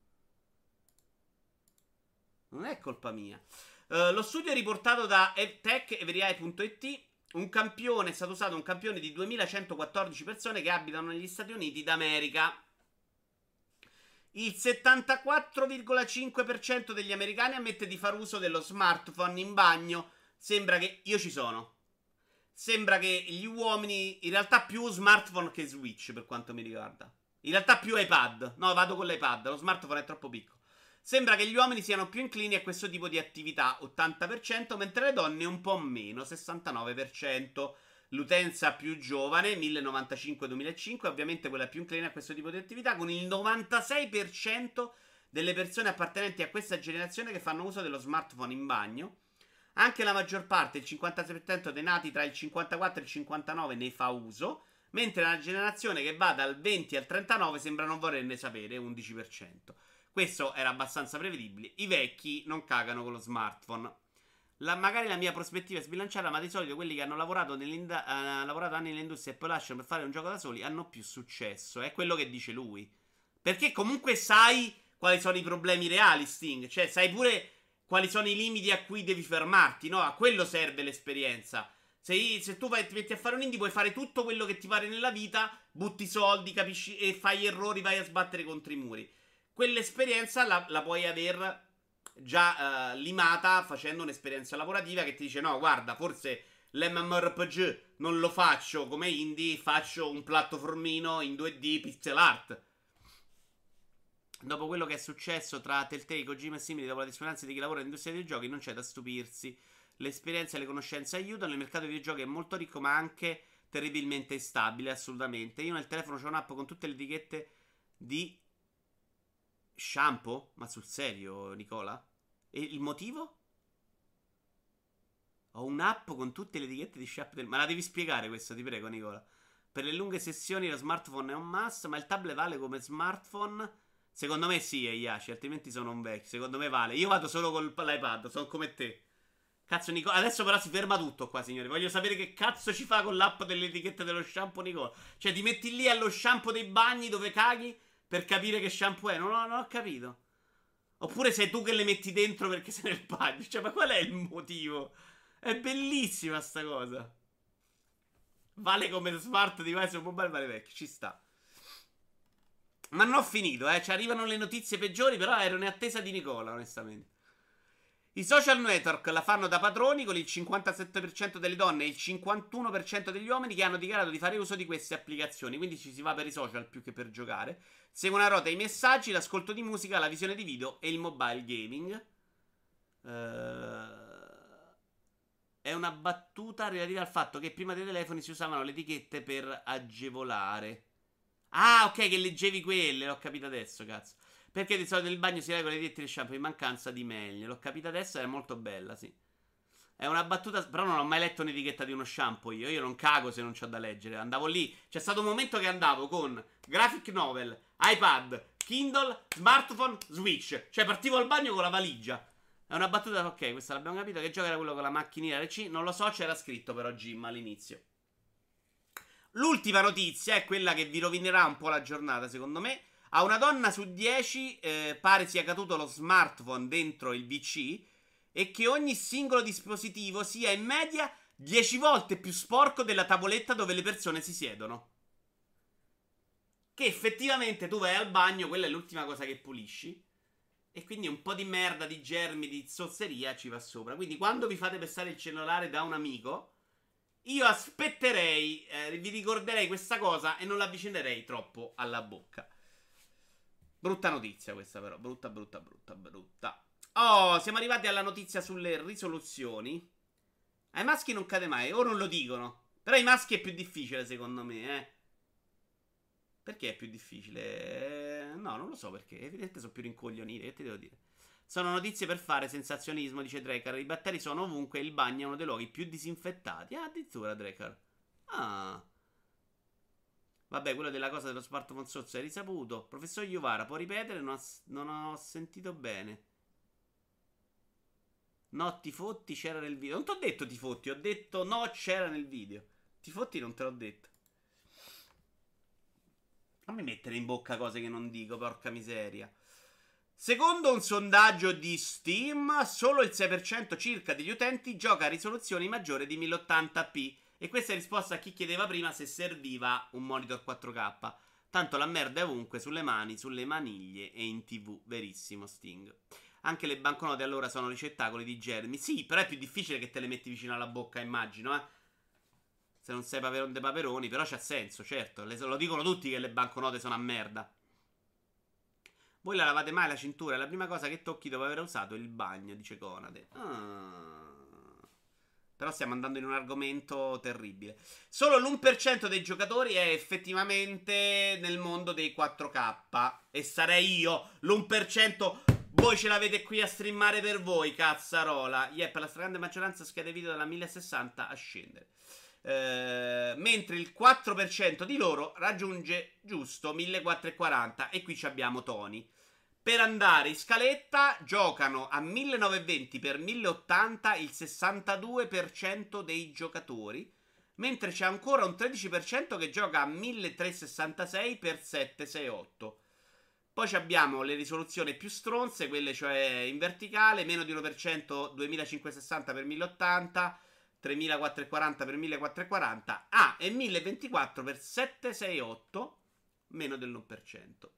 Non è colpa mia. Lo studio è riportato da techeveryeye.it. È stato usato un campione di 2114 persone che abitano negli Stati Uniti d'America. Il 74,5% degli americani ammette di far uso dello smartphone in bagno. Sembra che io ci sono. Sembra che gli uomini, in realtà più smartphone che Switch per quanto mi riguarda. In realtà più iPad. No, vado con l'iPad, lo smartphone è troppo piccolo. Sembra che gli uomini siano più inclini a questo tipo di attività, 80%, mentre le donne un po' meno, 69%. L'utenza più giovane, 1095-2005, ovviamente quella più incline a questo tipo di attività, con il 96% delle persone appartenenti a questa generazione che fanno uso dello smartphone in bagno. Anche la maggior parte, il 56% dei nati tra il 54 e il 59 ne fa uso, mentre la generazione che va dal 20 al 39 sembra non volerne sapere, 11%. Questo era abbastanza prevedibile. I vecchi non cagano con lo smartphone. Magari la mia prospettiva è sbilanciata, ma di solito quelli che hanno lavorato anni nell'industria e poi lasciano per fare un gioco da soli hanno più successo. È quello che dice lui. Perché comunque sai quali sono i problemi reali, Sting. Cioè, sai pure quali sono i limiti a cui devi fermarti, no? A quello serve l'esperienza. Se tu ti metti a fare un indie, puoi fare tutto quello che ti pare nella vita, butti soldi, capisci, e fai errori, vai a sbattere contro i muri. Quell'esperienza la puoi aver già limata facendo un'esperienza lavorativa che ti dice no, guarda, forse l'MMORPG non lo faccio come indie, faccio un platformino in 2D pixel art. Dopo quello che è successo tra Telltale, Kojima e simili, dopo la disponibilità di chi lavora nell'industria dei giochi, non c'è da stupirsi. L'esperienza e le conoscenze aiutano. Il mercato dei videogiochi è molto ricco, ma anche terribilmente instabile, assolutamente. Io nel telefono c'ho un'app con tutte le etichette di shampoo? Ma sul serio, Nicola? E il motivo? Ho un'app con tutte le etichette di shampoo Ma la devi spiegare questo, ti prego, Nicola. Per le lunghe sessioni lo smartphone è un must, ma il tablet vale come smartphone? Secondo me sì, Yashi, altrimenti sono un vecchio. Secondo me vale. Io vado solo con l'iPad, sono come te. Cazzo, Nicola. Adesso però si ferma tutto qua, signori. Voglio sapere che cazzo ci fa con l'app delle etichette dello shampoo, Nicola. Cioè, ti metti lì allo shampoo dei bagni dove caghi per capire che shampoo è. Non ho capito. Oppure sei tu che le metti dentro perché sei nel bagno. Cioè, ma qual è il motivo? È bellissima sta cosa. Vale come smart device o mobile, vale vecchio. Ci sta. Ma non ho finito, ci arrivano le notizie peggiori, però ero in attesa di Nicola, onestamente. I social network la fanno da padroni, con il 57% delle donne e il 51% degli uomini che hanno dichiarato di fare uso di queste applicazioni. Quindi ci si va per i social più che per giocare. Segue una rota i messaggi, l'ascolto di musica, la visione di video e il mobile gaming. È una battuta relativa al fatto che prima dei telefoni si usavano le etichette per agevolare. Ah, ok, che leggevi quelle, l'ho capito adesso, cazzo. Perché di solito nel bagno si leggono le etichette di shampoo in mancanza di meglio. L'ho capito adesso, è molto bella, sì. È una battuta, però non ho mai letto un'etichetta di uno shampoo io. Io non cago se non c'ho da leggere. Andavo lì, c'è stato un momento che andavo con graphic novel, iPad, Kindle, smartphone, Switch. Cioè partivo al bagno con la valigia. È una battuta, ok, questa l'abbiamo capito. Che gioco era quello con la macchinina RC? Non lo so, c'era scritto però Jim all'inizio. L'ultima notizia è quella che vi rovinerà un po' la giornata, secondo me. A una donna su 10 pare sia caduto lo smartphone dentro il PC e che ogni singolo dispositivo sia in media 10 volte più sporco della tavoletta dove le persone si siedono. Che effettivamente tu vai al bagno, quella è l'ultima cosa che pulisci. E quindi un po' di merda, di germi, di zozzeria ci va sopra. Quindi quando vi fate pestare il cellulare da un amico, io aspetterei, vi ricorderei questa cosa e non l'avvicinerei troppo alla bocca. Brutta notizia questa però, brutta, brutta, brutta, brutta. Oh, siamo arrivati alla notizia sulle risoluzioni. Ai maschi non cade mai, o non lo dicono. Però ai maschi è più difficile secondo me, eh. Perché è più difficile? No, non lo so perché. Evidentemente sono più rincoglioniti, che ti devo dire. Sono notizie per fare sensazionismo, dice Dracar. I batteri sono ovunque e il bagno è uno dei luoghi più disinfettati. Ah, addirittura, Dracar. Ah. Vabbè, quello della cosa dello smartphone sozzo è risaputo. Professor Iuvara, può ripetere? Non ho sentito bene. No, ti fotti, c'era nel video. Non ti ho detto ti fotti, ho detto no, c'era nel video. Ti fotti non te l'ho detto. Non mi mettere in bocca cose che non dico, porca miseria. Secondo un sondaggio di Steam, solo il 6% circa degli utenti gioca a risoluzioni maggiori di 1080p. E questa è risposta a chi chiedeva prima se serviva un monitor 4K. Tanto la merda è ovunque, sulle mani, sulle maniglie e in TV. Verissimo, Sting. Anche le banconote allora sono ricettacoli di germi. Sì, però è più difficile che te le metti vicino alla bocca, immagino, eh. Se non sei paperon de paperoni, però c'ha senso, certo. Lo dicono tutti che le banconote sono a merda. Voi la lavate mai la cintura? È la prima cosa che tocchi dopo aver usato il bagno, dice Conade. Però stiamo andando in un argomento terribile. Solo l'1% dei giocatori è effettivamente nel mondo dei 4K. E sarei io, l'1%. Voi ce l'avete qui a streamare per voi, cazzarola. Per la stragrande maggioranza schede video dalla 1060 a scendere. Mentre il 4% di loro raggiunge giusto 1440. E qui abbiamo Tony. Per andare in scaletta giocano a 1920x1080 il 62% dei giocatori, mentre c'è ancora un 13% che gioca a 1366x768. Poi abbiamo le risoluzioni più stronze, quelle cioè in verticale, meno di 1% 2560x1080, 3440x1440, e 1024x768, meno dell'1%.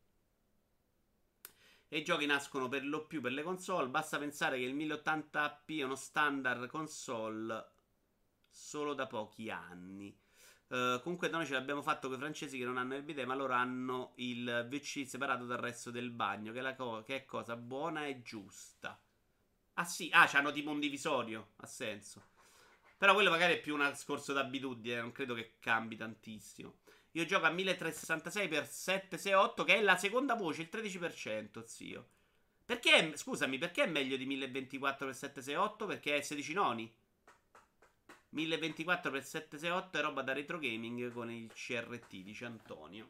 E i giochi nascono per lo più per le console. Basta pensare che il 1080p è uno standard console solo da pochi anni. Comunque noi ce l'abbiamo fatto con i francesi che non hanno il bidet, ma loro hanno il VC separato dal resto del bagno, che è cosa buona e giusta. Ah sì, c'hanno tipo un divisorio, ha senso. Però quello magari è più un discorso d'abitudine, non credo che cambi tantissimo. Io gioco a 1366x768, che è la seconda voce, il 13%, zio. Perché, scusami, perché è meglio di 1024x768? Perché è 16 noni. 1024x768 è roba da retro gaming con il CRT, dice Antonio.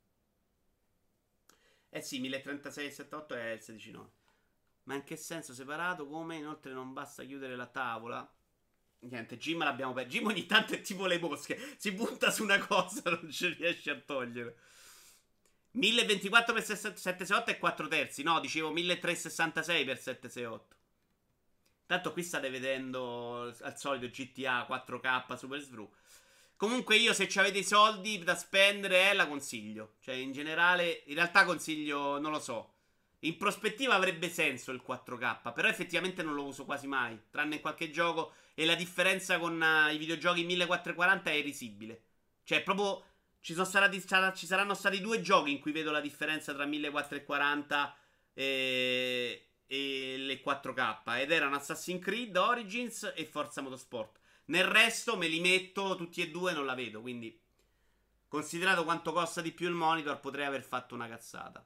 Eh sì, 1036x78 è il 16 noni. Ma in che senso separato? Come? Inoltre non basta chiudere la tavola. Niente, Jim l'abbiamo perso. Jim ogni tanto è tipo le mosche. Si butta su una cosa, non ci riesce a togliere. 1024x768 è 4 terzi. No, dicevo 1366x768. Tanto qui state vedendo al solito GTA 4K Super SVRU. Comunque io se avete i soldi da spendere la consiglio. Cioè in generale, in realtà consiglio, non lo so. In prospettiva avrebbe senso il 4K, però effettivamente non lo uso quasi mai, tranne in qualche gioco. E la differenza con i videogiochi 1440 è irrisibile. Cioè proprio ci saranno stati 2 giochi in cui vedo la differenza tra 1440 e le 4K. Ed erano Assassin's Creed Origins e Forza Motorsport. Nel resto me li metto tutti e due e non la vedo. Quindi, considerato quanto costa di più il monitor, potrei aver fatto una cazzata.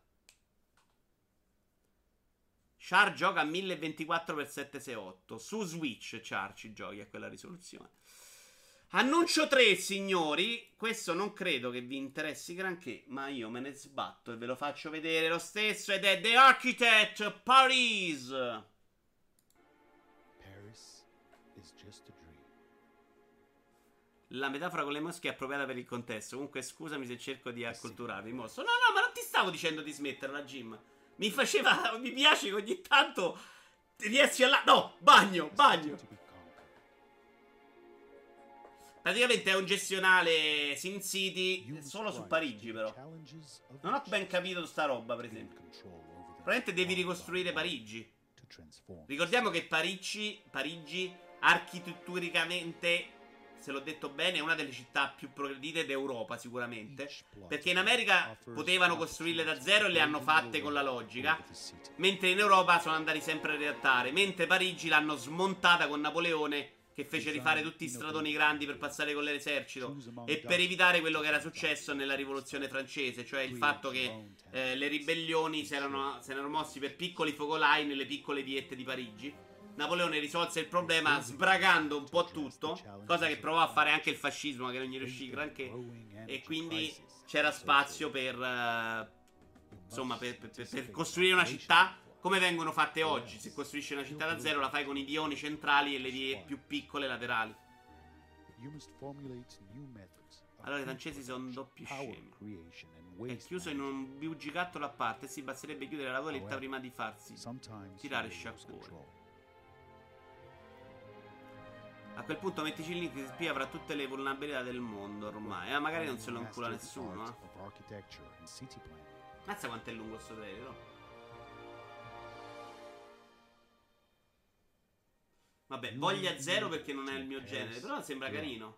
Char gioca a 1024x768. Su Switch Char ci giochi a quella risoluzione. Annuncio 3, signori. Questo non credo che vi interessi granché, ma io me ne sbatto e ve lo faccio vedere lo stesso. Ed è The Architect Paris. Paris is just a dream. La metafora con le mosche è appropriata per il contesto. Comunque scusami se cerco di acculturarvi, mosso. No, no, ma non ti stavo dicendo di smetterla, Jim. Mi piace che ogni tanto riesci a no, bagno. Praticamente è un gestionale SimCity solo su Parigi, però. Non ho ben capito sta roba, per esempio. Probabilmente devi ricostruire Parigi. Ricordiamo che Parigi architetturicamente se l'ho detto bene, è una delle città più progredite d'Europa sicuramente, perché in America potevano costruirle da zero e le hanno fatte con la logica, mentre in Europa sono andati sempre a reattare, mentre Parigi l'hanno smontata con Napoleone, che fece rifare tutti i stradoni grandi per passare con l'esercito e per evitare quello che era successo nella rivoluzione francese, cioè il fatto che le ribellioni se erano mossi per piccoli focolai nelle piccole viette di Parigi. Napoleone risolse il problema sbragando un po' tutto, cosa che provò a fare anche il fascismo, che non gli riuscì granché, e quindi c'era spazio per, insomma, per costruire una città come vengono fatte oggi. Se costruisci una città da zero, la fai con i pioni centrali e le vie più piccole laterali. Allora i francesi sono doppi scemi. È chiuso in un bugigattolo a parte. Si basterebbe chiudere la voletta prima di farsi tirare sciacquone. A quel punto mettici il link che spia avrà tutte le vulnerabilità del mondo ormai. Magari non se lo incula nessuno. Mazza quanto è lungo sto trailer, no? Vabbè, voglia zero perché non è il mio genere, però sembra carino.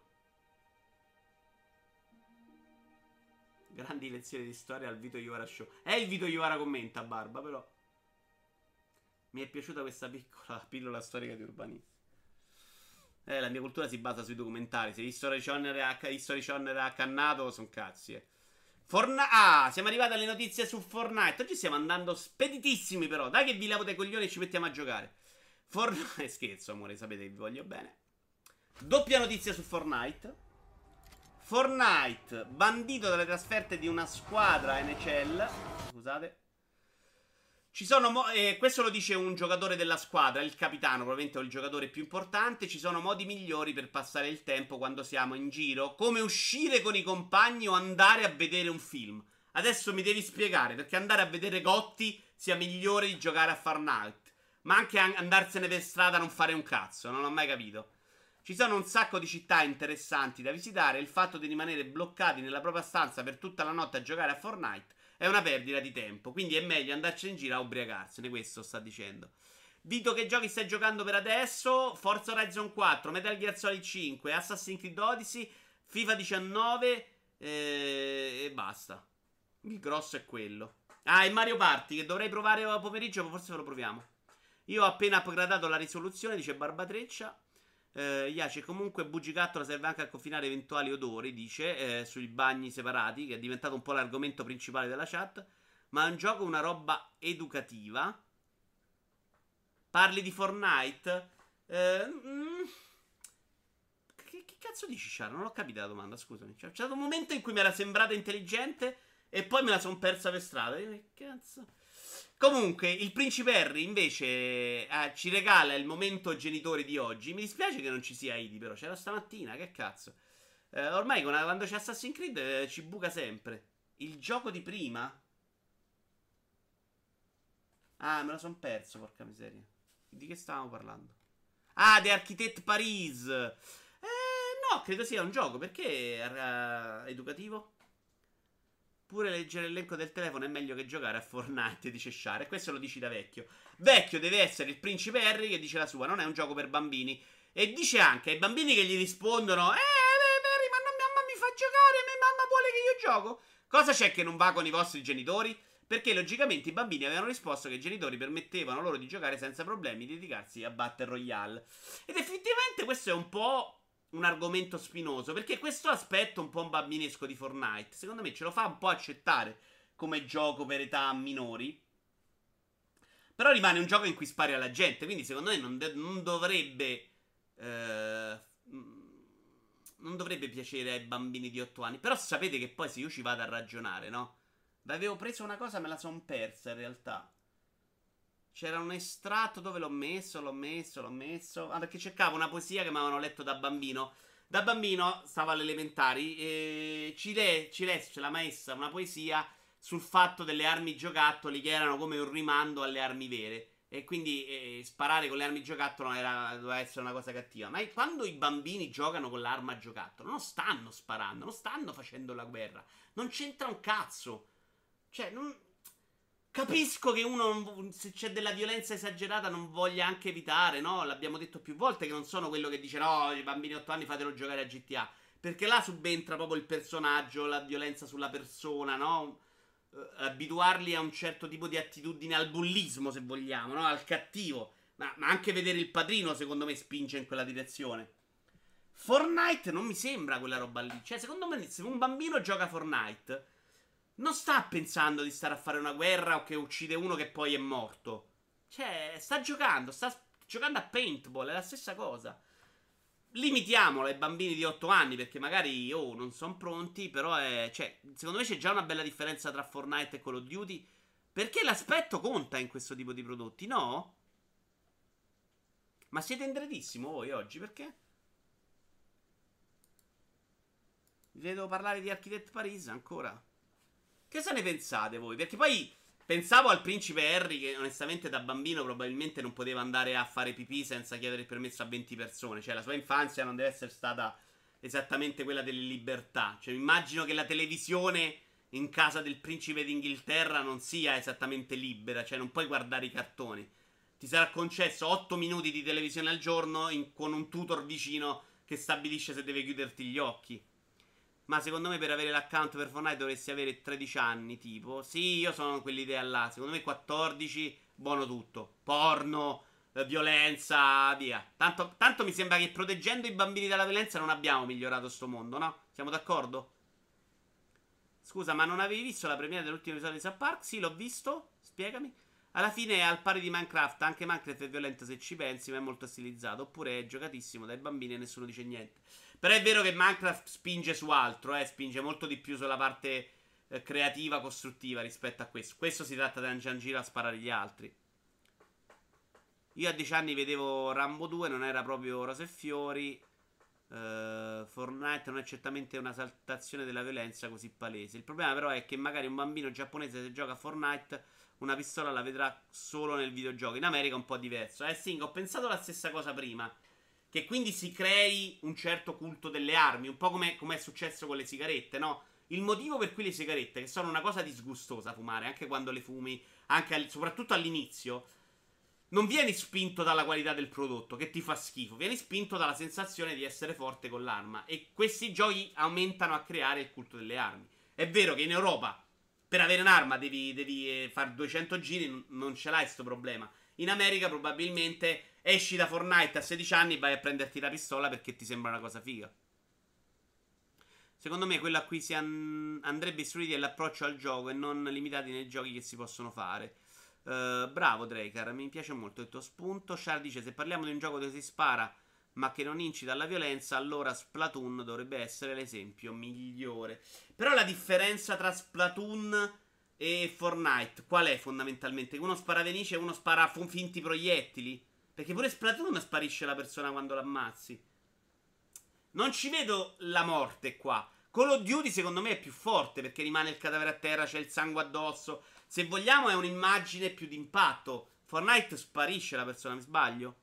Grandi lezioni di storia al Vito Iovara Show. È il Vito Iovara commenta, Barba, però. Mi è piaciuta questa piccola pillola storica di urbanismo. La mia cultura si basa sui documentari. Se History Channel ha accannato, sono cazzi, siamo arrivati alle notizie su Fortnite. Oggi stiamo andando speditissimi, però. Dai che vi lavo dai coglioni e ci mettiamo a giocare. Fortnite, scherzo, amore, sapete che vi voglio bene. Doppia notizia su Fortnite. Fortnite, bandito dalle trasferte di una squadra NHL. Scusate. Ci sono questo lo dice un giocatore della squadra, il capitano, probabilmente il giocatore più importante. Ci sono modi migliori per passare il tempo quando siamo in giro, come uscire con i compagni o andare a vedere un film. Adesso mi devi spiegare perché andare a vedere Gotti sia migliore di giocare a Fortnite. Ma anche andarsene per strada a non fare un cazzo, non ho mai capito. Ci sono un sacco di città interessanti da visitare. Il fatto di rimanere bloccati nella propria stanza per tutta la notte a giocare a Fortnite è una perdita di tempo. Quindi è meglio andarci in giro a ubriacarsene. Questo sta dicendo. Vito, che giochi stai giocando per adesso? Forza Horizon 4, Metal Gear Solid 5, Assassin's Creed Odyssey, FIFA 19 e basta. Il grosso è quello. Ah, e Mario Party che dovrei provare pomeriggio, ma forse lo proviamo. Io ho appena upgradato la risoluzione, dice Barbatreccia. Iace, comunque bugigattolo serve anche a confinare eventuali odori, dice, sui bagni separati, che è diventato un po' l'argomento principale della chat. Ma è un gioco, una roba educativa. Parli di Fortnite? Che cazzo dici, Char? Non ho capito la domanda, scusami. C'è stato un momento in cui mi era sembrata intelligente e poi me la son persa per strada. Che cazzo... Comunque, il principe Harry invece ci regala il momento genitori di oggi. Mi dispiace che non ci sia Idi, però c'era stamattina, che cazzo. Ormai quando c'è Assassin's Creed ci buca sempre. Il gioco di prima? Ah, me lo son perso, porca miseria. Di che stavamo parlando? Ah, The Architect Paris. No, credo sia un gioco. Perché educativo? Pure leggere l'elenco del telefono è meglio che giocare a Fortnite, dice Share. E questo lo dici da vecchio. Vecchio deve essere il principe Harry che dice la sua. Non è un gioco per bambini. E dice anche ai bambini che gli rispondono: Harry, ma non mamma mi fa giocare, mia mamma vuole che io gioco. Cosa c'è che non va con i vostri genitori? Perché logicamente i bambini avevano risposto che i genitori permettevano loro di giocare senza problemi, di dedicarsi a Battle Royale. Ed effettivamente questo è un po' un argomento spinoso, perché questo aspetto un po' bambinesco di Fortnite, secondo me ce lo fa un po' accettare come gioco per età minori. Però rimane un gioco in cui spari alla gente, quindi secondo me non dovrebbe non dovrebbe piacere ai bambini di 8 anni. Però sapete che poi se io ci vado a ragionare, no? Avevo preso una cosa, me la son persa in realtà. C'era un estratto dove l'ho messo. Ah, perché cercavo una poesia che mi avevano letto da bambino. Da bambino stavo alle elementari e ci lesse la maestra una poesia sul fatto delle armi giocattoli che erano come un rimando alle armi vere. E quindi sparare con le armi giocattolo doveva essere una cosa cattiva. Ma quando i bambini giocano con l'arma a giocattolo, non stanno sparando, non stanno facendo la guerra. Non c'entra un cazzo. Cioè, non... Capisco che uno, se c'è della violenza esagerata, non voglia anche evitare, no? L'abbiamo detto più volte che non sono quello che dice no, i bambini di 8 anni fatelo giocare a GTA. Perché là subentra proprio il personaggio, la violenza sulla persona, no? Abituarli a un certo tipo di attitudine al bullismo, se vogliamo, no? Al cattivo. Ma anche vedere il padrino, secondo me, spinge in quella direzione. Fortnite non mi sembra quella roba lì. Cioè, secondo me, se un bambino gioca a Fortnite, non sta pensando di stare a fare una guerra o che uccide uno che poi è morto. Cioè, sta giocando a paintball, è la stessa cosa. Limitiamola ai bambini di 8 anni perché magari, oh, non sono pronti, però è... Cioè, secondo me c'è già una bella differenza tra Fortnite e Call of Duty. Perché l'aspetto conta in questo tipo di prodotti, no? Ma siete indretissimo voi oggi, perché? Vi vedo parlare di Architect Paris ancora. Che se ne pensate voi? Perché poi pensavo al principe Harry che onestamente da bambino probabilmente non poteva andare a fare pipì senza chiedere il permesso a 20 persone. Cioè la sua infanzia non deve essere stata esattamente quella delle libertà. Cioè immagino che la televisione in casa del principe d'Inghilterra non sia esattamente libera. Cioè non puoi guardare i cartoni. Ti sarà concesso 8 minuti di televisione al giorno con un tutor vicino che stabilisce se deve chiuderti gli occhi. Ma secondo me per avere l'account per Fortnite dovresti avere 13 anni, tipo. Sì, io sono quell'idea là. Secondo me 14, buono tutto. Porno, violenza, via. Tanto mi sembra che proteggendo i bambini dalla violenza non abbiamo migliorato sto mondo, no? Siamo d'accordo? Scusa, ma non avevi visto la premiere dell'ultimo episodio di South Park? Sì, l'ho visto. Spiegami. Alla fine è al pari di Minecraft. Anche Minecraft è violento se ci pensi, ma è molto stilizzato. Oppure è giocatissimo dai bambini e nessuno dice niente. Però è vero che Minecraft spinge su altro, spinge molto di più sulla parte creativa, costruttiva rispetto a questo. Questo si tratta di andare in giro a sparare gli altri. Io a 10 anni vedevo Rambo 2, non era proprio rose e fiori. Fortnite non è certamente una saltazione della violenza così palese. Il problema però è che magari un bambino giapponese se gioca a Fortnite una pistola la vedrà solo nel videogioco. In America è un po' diverso. Sì, ho pensato la stessa cosa prima. Che quindi si crei un certo culto delle armi, un po' come è successo con le sigarette, no? Il motivo per cui le sigarette, che sono una cosa disgustosa fumare, anche quando le fumi, soprattutto all'inizio, non vieni spinto dalla qualità del prodotto, che ti fa schifo, vieni spinto dalla sensazione di essere forte con l'arma. E questi giochi aumentano a creare il culto delle armi. È vero che in Europa, per avere un'arma, devi fare 200 giri, non ce l'hai questo problema. In America probabilmente esci da Fortnite a 16 anni e vai a prenderti la pistola perché ti sembra una cosa figa. Secondo me quello a cui andrebbe istruiti è l'approccio al gioco e non limitati nei giochi che si possono fare. Bravo Draker, mi piace molto il tuo spunto. Char dice: se parliamo di un gioco dove si spara ma che non incita alla violenza, allora Splatoon dovrebbe essere l'esempio migliore. Però la differenza tra Splatoon e Fortnite qual è fondamentalmente? Uno spara venice e uno spara finti proiettili? Perché pure Splatoon sparisce la persona quando l'ammazzi. Non ci vedo la morte qua. Call of Duty secondo me è più forte perché rimane il cadavere a terra, c'è il sangue addosso. Se vogliamo è un'immagine più d'impatto. Fortnite sparisce la persona, mi sbaglio?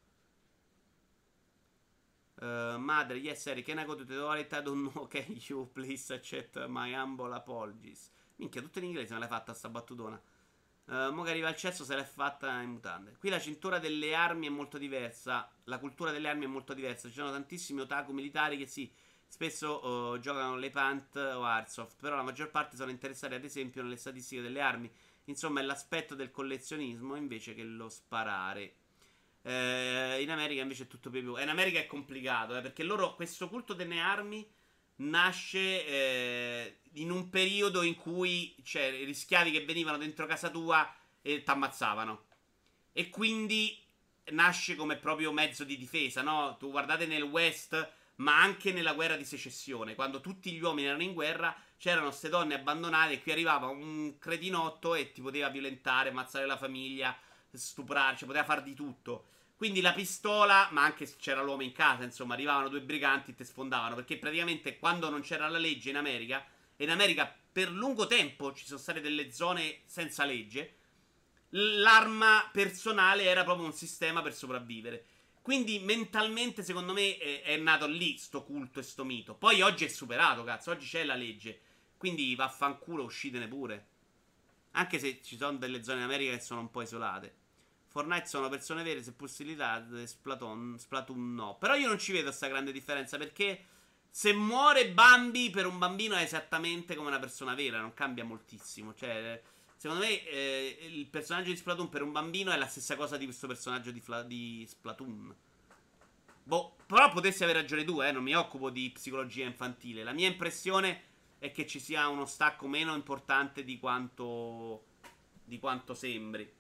Madre, yes, Eric, can I go to the toilet? I don't know, can you please accept my humble apologies? Minchia, tutto in inglese me l'hai fatta sta battutona. Mo che arriva al cesso se l'è fatta in mutande. Qui la cintura delle armi è molto diversa. La cultura delle armi è molto diversa. Ci sono tantissimi otaku militari che sì, spesso giocano le Pant o Airsoft. Però la maggior parte sono interessati ad esempio nelle statistiche delle armi. Insomma è l'aspetto del collezionismo invece che lo sparare. In America invece è tutto più. In America è complicato perché loro questo culto delle armi nasce in un periodo in cui gli schiavi che venivano dentro casa tua e t'ammazzavano. E quindi nasce come proprio mezzo di difesa, no? Tu guardate nel West, ma anche nella guerra di secessione, quando tutti gli uomini erano in guerra, c'erano queste donne abbandonate e qui arrivava un cretinotto e ti poteva violentare, ammazzare la famiglia, stuprare, poteva far di tutto. Quindi la pistola, ma anche se c'era l'uomo in casa, insomma, arrivavano due briganti e te sfondavano. Perché praticamente quando non c'era la legge in America, e in America per lungo tempo ci sono state delle zone senza legge, l'arma personale era proprio un sistema per sopravvivere. Quindi mentalmente, secondo me, è nato lì sto culto e sto mito. Poi oggi è superato, cazzo, oggi c'è la legge. Quindi vaffanculo, uscitene pure. Anche se ci sono delle zone in America che sono un po' isolate. Fortnite sono persone vere, seppur stilizzate. Splatoon no. Però io non ci vedo questa grande differenza, perché se muore Bambi per un bambino è esattamente come una persona vera, non cambia moltissimo. Cioè, secondo me il personaggio di Splatoon per un bambino è la stessa cosa di questo personaggio di Splatoon. Boh, però potresti avere ragione tu, non mi occupo di psicologia infantile. La mia impressione è che ci sia uno stacco meno importante di quanto sembri.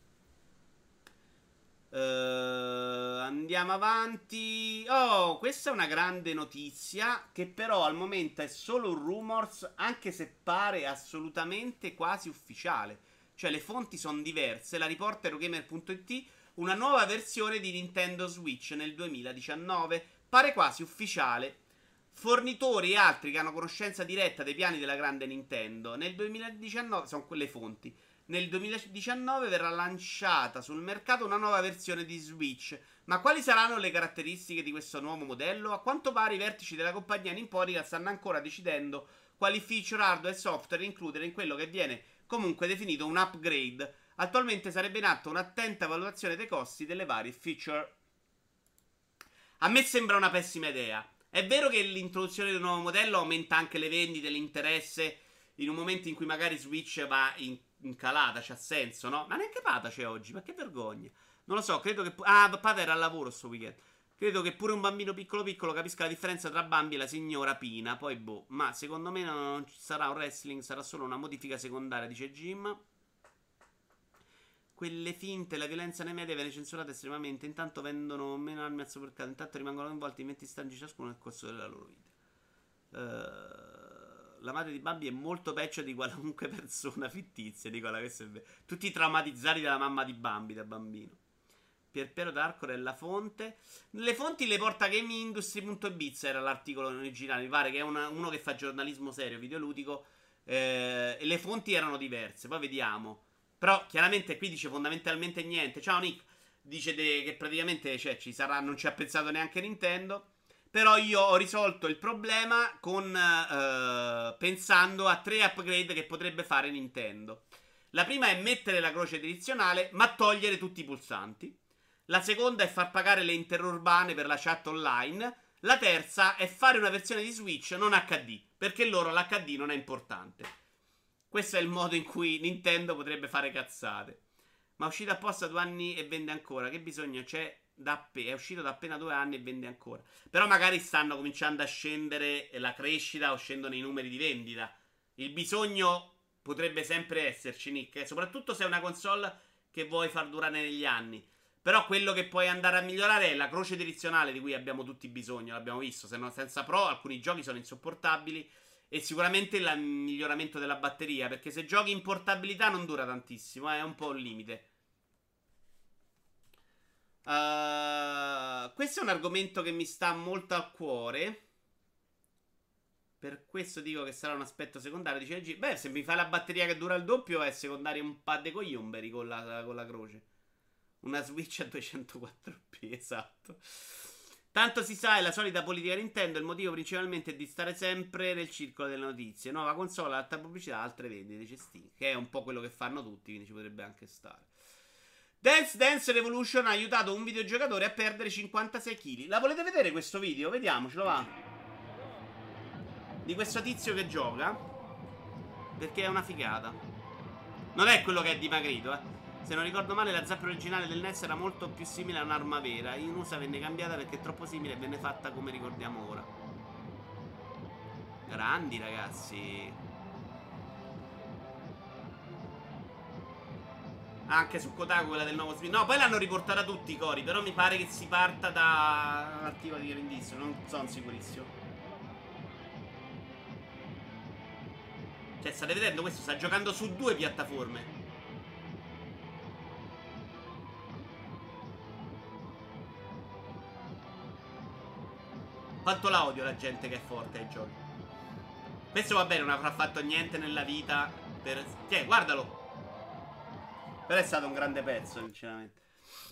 Andiamo avanti. Oh, questa è una grande notizia, che però al momento è solo un rumors, anche se pare assolutamente quasi ufficiale. Cioè le fonti sono diverse. La riporta Eurogamer.it. Una nuova versione di Nintendo Switch nel 2019. Pare quasi ufficiale. Fornitori e altri che hanno conoscenza diretta dei piani della grande Nintendo. Nel 2019 sono quelle fonti. Nel 2019 verrà lanciata sul mercato una nuova versione di Switch. Ma quali saranno le caratteristiche di questo nuovo modello? A quanto pare i vertici della compagnia nipponica stanno ancora decidendo quali feature hardware e software includere in quello che viene comunque definito un upgrade. Attualmente sarebbe in atto un'attenta valutazione dei costi delle varie feature. A me sembra una pessima idea. È vero che l'introduzione di un nuovo modello aumenta anche le vendite, l'interesse, in un momento in cui magari Switch va in calata, c'ha senso, no? Ma neanche Pata c'è oggi, ma che vergogna. Non lo so, credo che... Ah, Pata era al lavoro sto weekend. Credo che pure un bambino piccolo piccolo capisca la differenza tra Bambi e la signora Pina. Poi boh, ma secondo me non ci sarà un wrestling, sarà solo una modifica secondaria, dice Jim. Quelle finte, la violenza nei media viene censurata estremamente. Intanto vendono meno armi al supermercato. Intanto rimangono coinvolti in 20 strangi ciascuno nel corso della loro vita. La madre di Bambi è molto peggio di qualunque persona fittizia. Dico, tutti traumatizzati dalla mamma di Bambi da bambino. Pierpiero D'Arcore è la fonte. Le fonti le porta GameIndustry.biz. Era l'articolo originale. Mi pare che è uno che fa giornalismo serio, videoludico. E le fonti erano diverse. Poi vediamo. Però chiaramente qui dice fondamentalmente niente. Ciao Nick. Dice che praticamente ci sarà, non ci ha pensato neanche Nintendo. Però io ho risolto il problema pensando a 3 upgrade che potrebbe fare Nintendo. La prima è mettere la croce direzionale, ma togliere tutti i pulsanti. La seconda è far pagare le interurbane per la chat online. La terza è fare una versione di Switch non HD, perché loro l'HD non è importante. Questo è il modo in cui Nintendo potrebbe fare cazzate. Ma è uscito apposta 2 anni e vende ancora. Che bisogno c'è? È uscito da appena 2 anni e vende ancora. Però magari stanno cominciando a scendere la crescita o scendono i numeri di vendita. Il bisogno potrebbe sempre esserci, Nick. Soprattutto se è una console che vuoi far durare negli anni. Però quello che puoi andare a migliorare è la croce direzionale di cui abbiamo tutti bisogno. L'abbiamo visto. Se no, senza Pro alcuni giochi sono insopportabili. E sicuramente il miglioramento della batteria. Perché se giochi in portabilità non dura tantissimo. È un po' un limite. Questo è un argomento che mi sta molto al cuore. Per questo dico che sarà un aspetto secondario. Dice G. Beh, se mi fai la batteria che dura il doppio è secondario un po' de cogliomberi con la croce. Una Switch a 204p, esatto. Tanto si sa, è la solita politica Nintendo. Il motivo principalmente è di stare sempre nel circolo delle notizie. Nuova console, alta pubblicità, altre vendite, cestini. Che è un po' quello che fanno tutti, quindi ci potrebbe anche stare. Dance Dance Revolution ha aiutato un videogiocatore a perdere 56 kg. La volete vedere questo video? Vediamocelo, va. Di questo tizio che gioca. Perché è una figata. Non è quello che è dimagrito, eh. Se non ricordo male, la zappa originale del NES era molto più simile a un'arma vera. In USA venne cambiata perché è troppo simile e venne fatta come ricordiamo ora. Grandi, ragazzi. Anche su Kotaku, quella del nuovo Switch. No, poi l'hanno riportata tutti i cori. Però mi pare che si parta da l'articolo di Rendizio. Non sono sicurissimo. Cioè, state vedendo questo? Sta giocando su 2 piattaforme. Quanto la odio la gente che è forte ai giochi. Questo va bene, non avrà fatto niente nella vita per... Tiè, guardalo. Però è stato un grande pezzo, sinceramente.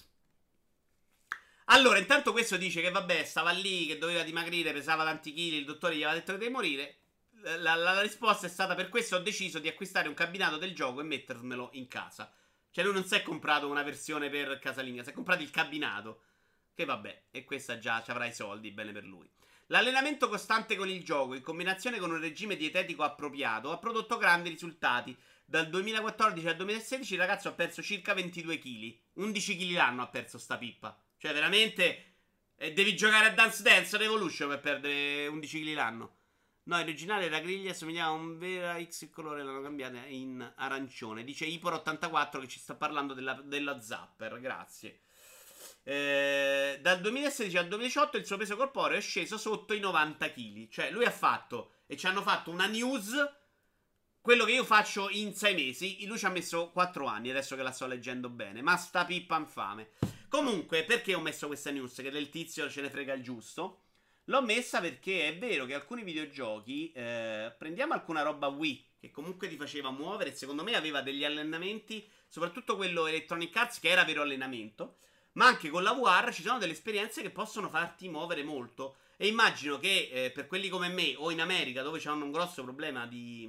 Allora, intanto questo dice che vabbè, stava lì, che doveva dimagrire, pesava tanti chili, il dottore gli aveva detto che deve morire. la risposta è stata: per questo ho deciso di acquistare un cabinato del gioco e mettermelo in casa. Cioè, lui non si è comprato una versione per casalinga, si è comprato il cabinato. Che vabbè, e questa già ci avrà i soldi, bene per lui. L'allenamento costante con il gioco, in combinazione con un regime dietetico appropriato, ha prodotto grandi risultati. Dal 2014 al 2016 il ragazzo ha perso circa 22 kg. 11 kg l'anno ha perso sta pippa. Cioè, veramente. Devi giocare a Dance Dance Revolution per perdere 11 kg l'anno. No, in originale la griglia assomigliava a un vera X, il colore l'hanno cambiata in arancione. Dice Ipor84 che ci sta parlando della Zapper. Grazie. Dal 2016 al 2018 il suo peso corporeo è sceso sotto i 90 kg. Cioè, lui ha fatto, e ci hanno fatto una news, quello che io faccio in 6 mesi. Lui ci ha messo 4 anni, adesso che la sto leggendo bene. Ma sta pippa infame. Comunque, perché ho messo questa news? Che del tizio ce ne frega il giusto. L'ho messa perché è vero che alcuni videogiochi, prendiamo alcuna roba Wii, che comunque ti faceva muovere, secondo me aveva degli allenamenti, soprattutto quello Electronic Arts, che era vero allenamento, ma anche con la VR ci sono delle esperienze che possono farti muovere molto. E immagino che per quelli come me, o in America, dove c'hanno un grosso problema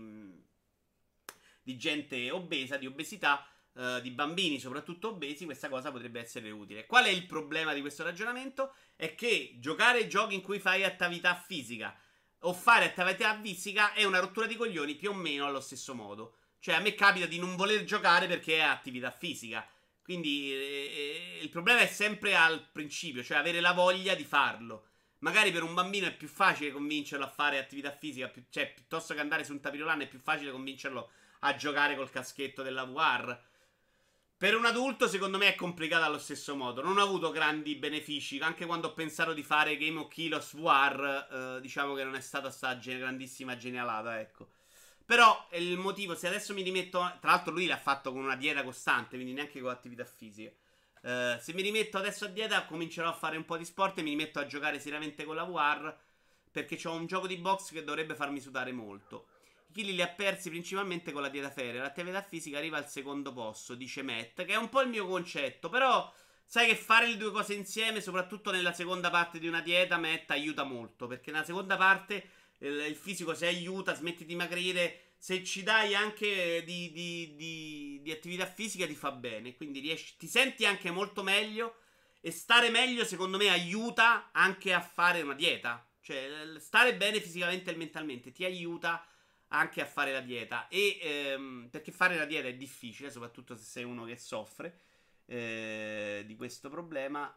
di gente obesa, di obesità, di bambini soprattutto obesi, questa cosa potrebbe essere utile. Qual è il problema di questo ragionamento? È che giocare ai giochi in cui fai attività fisica o fare attività fisica è una rottura di coglioni più o meno allo stesso modo. Cioè, a me capita di non voler giocare perché è attività fisica. Quindi il problema è sempre al principio, cioè avere la voglia di farlo. Magari per un bambino è più facile convincerlo a fare attività fisica, cioè piuttosto che andare su un tapirulano è più facile convincerlo a giocare col caschetto della VR. Per un adulto, secondo me, è complicato allo stesso modo. Non ho avuto grandi benefici. Anche quando ho pensato di fare Game of Kilos VR, diciamo che non è stata sta grandissima genialata, ecco. Però il motivo, se adesso mi rimetto. Tra l'altro, lui l'ha fatto con una dieta costante, quindi neanche con attività fisiche. Se mi rimetto adesso a dieta, comincerò a fare un po' di sport e mi rimetto a giocare seriamente con la VR. Perché ho un gioco di box che dovrebbe farmi sudare molto. I chili li ha persi principalmente con la dieta ferrea. L'attività fisica arriva al secondo posto, dice Matt, che è un po' il mio concetto. Però sai che fare le due cose insieme, soprattutto nella seconda parte di una dieta, Matt, aiuta molto. Perché nella seconda parte il fisico si aiuta, smetti di dimagrire. Se ci dai anche di attività fisica ti fa bene. Quindi ti senti anche molto meglio. E stare meglio, secondo me, aiuta anche a fare una dieta. Cioè, stare bene fisicamente e mentalmente ti aiuta anche a fare la dieta. Perché fare la dieta è difficile, soprattutto se sei uno che soffre di questo problema.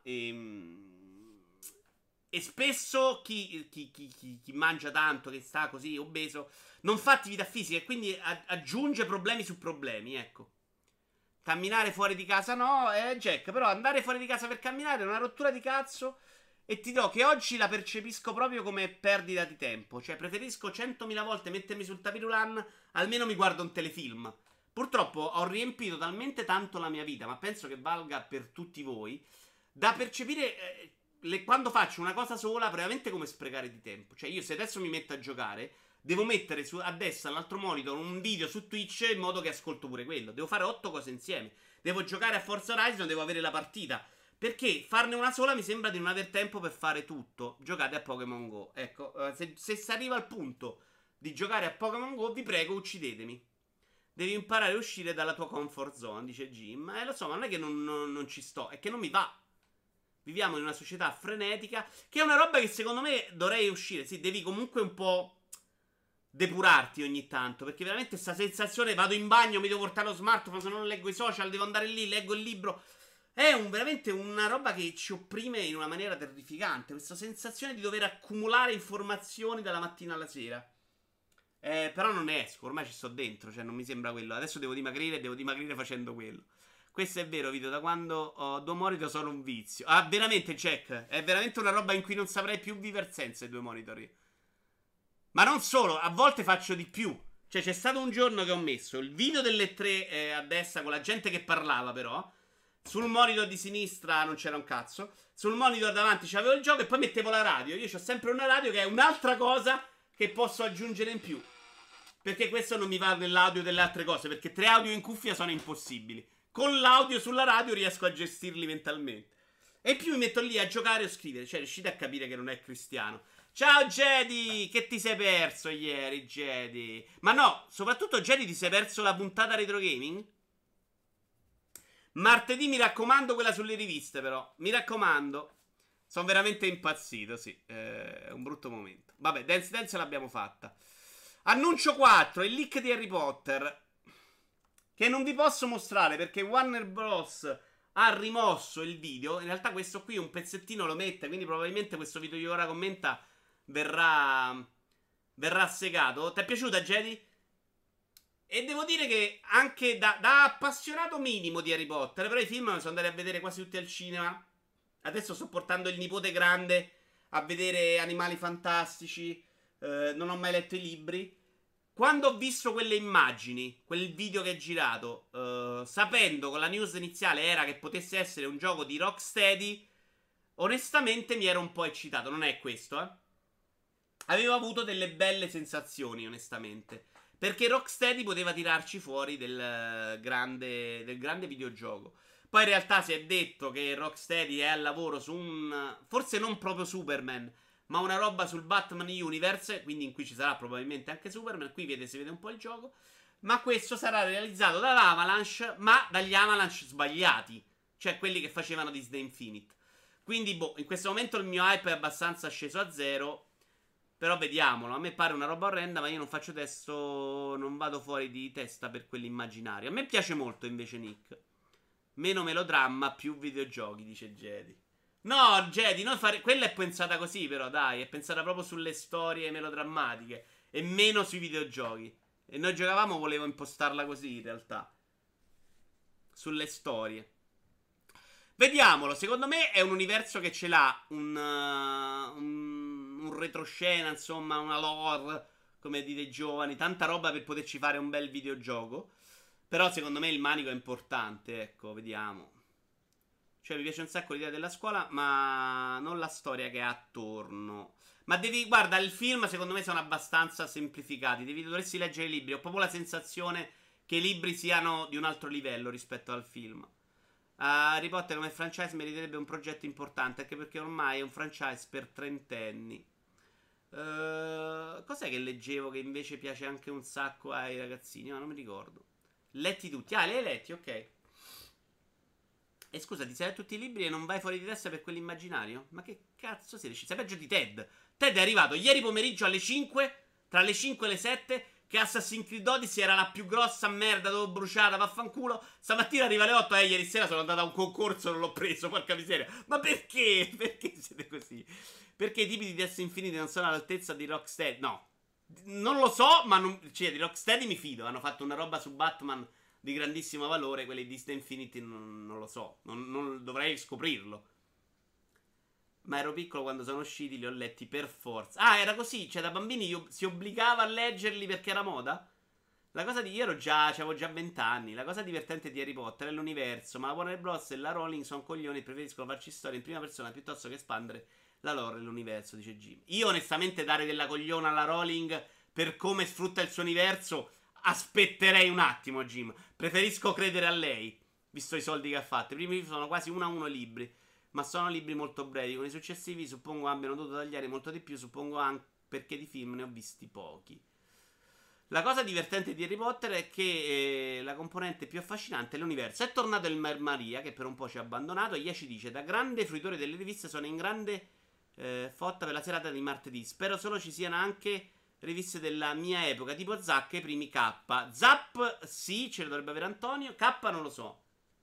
E spesso chi mangia tanto, che sta così obeso, non fa attività fisica e quindi aggiunge problemi su problemi, ecco. Camminare fuori di casa no, Jack, però andare fuori di casa per camminare è una rottura di cazzo. E ti do che oggi la percepisco proprio come perdita di tempo. Cioè, preferisco 100.000 volte mettermi sul tapirulan, almeno mi guardo un telefilm. Purtroppo ho riempito talmente tanto la mia vita, ma penso che valga per tutti voi, da percepire quando faccio una cosa sola veramente come sprecare di tempo. Cioè, io se adesso mi metto a giocare, devo mettere a destra all'altro monitor un video su Twitch in modo che ascolto pure quello. Devo fare 8 cose insieme. Devo giocare a Forza Horizon, devo avere la partita. Perché farne una sola mi sembra di non aver tempo per fare tutto. Giocate a Pokémon Go. Ecco, se si arriva al punto di giocare a Pokémon Go, vi prego, uccidetemi. Devi imparare a uscire dalla tua comfort zone, dice Jim. Lo so, ma non è che non ci sto, è che non mi va. Viviamo in una società frenetica, che è una roba che secondo me dovrei uscire. Sì, devi comunque un po' depurarti ogni tanto, perché veramente sta sensazione, vado in bagno, mi devo portare lo smartphone, se non leggo i social, devo andare lì, leggo il libro. È veramente una roba che ci opprime in una maniera terrificante. Questa sensazione di dover accumulare informazioni dalla mattina alla sera. Però non ne esco, ormai ci sto dentro, cioè non mi sembra quello. Adesso devo dimagrire facendo quello. Questo è vero, Vito, da quando ho due monitor sono un vizio. Ah, veramente, Jack, è veramente una roba in cui non saprei più vivere senza i due monitor io. Ma non solo, a volte faccio di più. Cioè c'è stato un giorno che ho messo il video delle 3 a destra con la gente che parlava però. Sul monitor di sinistra non c'era un cazzo. Sul monitor davanti c'avevo il gioco e poi mettevo la radio. Io ho sempre una radio che è un'altra cosa che posso aggiungere in più. Perché questo non mi va nell'audio delle altre cose. Perché 3 audio in cuffia sono impossibili. Con l'audio sulla radio riesco a gestirli mentalmente. E in più mi metto lì a giocare o scrivere. Cioè riuscite a capire che non è cristiano. Ciao Jedi, che ti sei perso ieri, Jedi? Ma no, soprattutto Jedi ti sei perso la puntata retro gaming? Martedì mi raccomando quella sulle riviste però, mi raccomando. Sono veramente impazzito, sì, è un brutto momento. Vabbè, Dance Dance l'abbiamo fatta. Annuncio 4, il leak di Harry Potter. Che non vi posso mostrare perché Warner Bros. Ha rimosso il video. In realtà questo qui un pezzettino lo mette, quindi probabilmente questo video che ora commenta verrà segato. Ti è piaciuta, Jedi? E devo dire che anche da appassionato minimo di Harry Potter, però i film mi sono andati a vedere quasi tutti al cinema. Adesso sto portando il nipote grande a vedere Animali Fantastici. Non ho mai letto i libri. Quando ho visto quelle immagini, quel video che è girato, sapendo con la news iniziale era che potesse essere un gioco di Rocksteady, onestamente mi ero un po' eccitato. Non è questo, eh. Avevo avuto delle belle sensazioni, onestamente. Perché Rocksteady poteva tirarci fuori del grande videogioco. Poi in realtà si è detto che Rocksteady è al lavoro su un... forse non proprio Superman, ma una roba sul Batman Universe, quindi in cui ci sarà probabilmente anche Superman. Qui si vede un po' il gioco. Ma questo sarà realizzato dall'Avalanche, ma dagli Avalanche sbagliati. Cioè quelli che facevano Disney Infinite. Quindi, boh, in questo momento il mio hype è abbastanza sceso a zero. Però vediamolo. A me pare una roba orrenda, ma io non faccio testo. Non vado fuori di testa per quell'immaginario. A me piace molto invece Nick. Meno melodramma, più videogiochi, dice Jedi. No, Jedi, non fare... quella è pensata così, però, dai. È pensata proprio sulle storie melodrammatiche. E meno sui videogiochi. E noi giocavamo, volevo impostarla così, in realtà. Sulle storie. Vediamolo, secondo me è un universo che ce l'ha un retroscena, insomma, una lore, come dite i giovani, tanta roba per poterci fare un bel videogioco. Però secondo me il manico è importante, ecco, vediamo. Cioè mi piace un sacco l'idea della scuola, ma non la storia che ha attorno. Ma devi, guarda, il film secondo me sono abbastanza semplificati, dovresti leggere i libri, ho proprio la sensazione che i libri siano di un altro livello rispetto al film. Harry Potter come franchise meriterebbe un progetto importante, anche perché ormai è un franchise per trentenni. Cos'è che leggevo che invece piace anche un sacco ai ragazzini? Ma non mi ricordo. Letti tutti. Ah, li hai letti, ok. E scusa, ti sei letto tutti i libri e non vai fuori di testa per quell'immaginario? Ma che cazzo sei? Sei peggio di Ted. Ted è arrivato ieri pomeriggio alle 5, tra le 5 e le 7, che Assassin's Creed Odyssey era la più grossa merda, dove bruciata, vaffanculo. Stamattina arriva alle 8, ieri sera sono andato a un concorso, non l'ho preso, porca miseria. Ma perché? Perché siete così? Perché i tipi di Death Infinity non sono all'altezza di Rocksteady? No. Non lo so, ma cioè, di Rocksteady mi fido. Hanno fatto una roba su Batman di grandissimo valore. Quelli di Disney Infinity non lo so. Non dovrei scoprirlo. Ma ero piccolo quando sono usciti, li ho letti per forza. Ah, era così, cioè da bambini si obbligava a leggerli perché era moda? La cosa di... Io ero già, avevo già 20 anni. La cosa divertente di Harry Potter è l'universo, ma la Warner Bros. E la Rowling sono coglioni e preferiscono farci storie in prima persona piuttosto che espandere la lore e l'universo, dice Jim. Io onestamente dare della cogliona alla Rowling per come sfrutta il suo universo aspetterei un attimo, Jim. Preferisco credere a lei, visto i soldi che ha fatto. I primi sono quasi 1-1 libri, ma sono libri molto brevi. Con i successivi suppongo abbiano dovuto tagliare molto di più, suppongo anche perché di film ne ho visti pochi. La cosa divertente di Harry Potter è che la componente più affascinante è l'universo. È tornato il Mer Maria, che per un po' ci ha abbandonato, e Ia ci dice: da grande fruitore delle riviste sono in grande fotta per la serata di martedì. Spero solo ci siano anche riviste della mia epoca, tipo Zack e i primi K. Zap sì, ce le dovrebbe avere Antonio. K non lo so.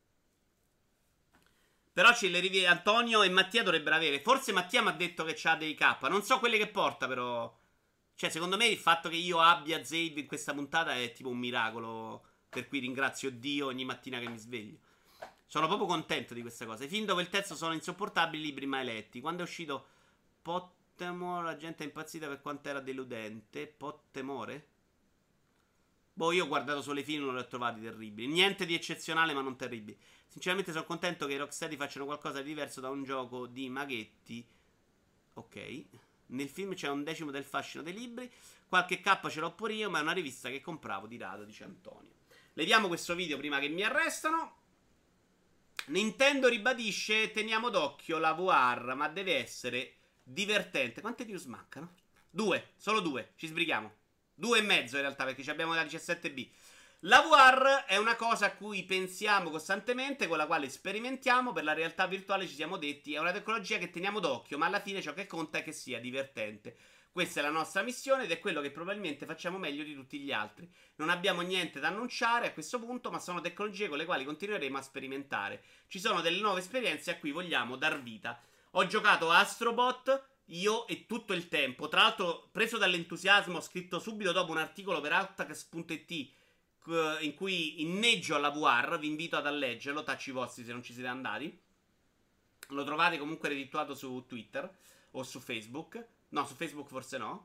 Però ce le riviste Antonio e Mattia dovrebbero avere. Forse Mattia mi ha detto che c'ha dei K. Non so quelle che porta, però. Cioè, secondo me il fatto che io abbia Zabe in questa puntata è tipo un miracolo. Per cui ringrazio Dio ogni mattina che mi sveglio. Sono proprio contento di questa cosa. I film dove il testo sono insopportabili, libri mai letti. Quando è uscito Pottemore, la gente è impazzita per quanto era deludente. Pottemore? Boh, io ho guardato solo i film e non li ho trovati terribili. Niente di eccezionale, ma non terribili. Sinceramente sono contento che i Rocksteady facciano qualcosa di diverso da un gioco di maghetti. Ok. Nel film c'è un decimo del fascino dei libri. Qualche K ce l'ho pure io, ma è una rivista che compravo di rado, dice Antonio. Leviamo questo video prima che mi arrestano. Nintendo ribadisce: teniamo d'occhio la VR, ma deve essere divertente. Quante news mancano? 2, solo 2, ci sbrighiamo. 2 e mezzo in realtà, perché ci abbiamo la 17B. La VR è una cosa a cui pensiamo costantemente, con la quale sperimentiamo. Per la realtà virtuale ci siamo detti, è una tecnologia che teniamo d'occhio, ma alla fine ciò che conta è che sia divertente. Questa è la nostra missione ed è quello che probabilmente facciamo meglio di tutti gli altri. Non abbiamo niente da annunciare a questo punto, ma sono tecnologie con le quali continueremo a sperimentare. Ci sono delle nuove esperienze a cui vogliamo dar vita. Ho giocato a Astrobot, io e tutto il tempo. Tra l'altro, preso dall'entusiasmo, ho scritto subito dopo un articolo per Altax.it in cui inneggio alla VR. Vi invito ad leggerlo, tacci vostri se non ci siete andati. Lo trovate comunque registrato su Twitter o su Facebook. No, su Facebook forse no.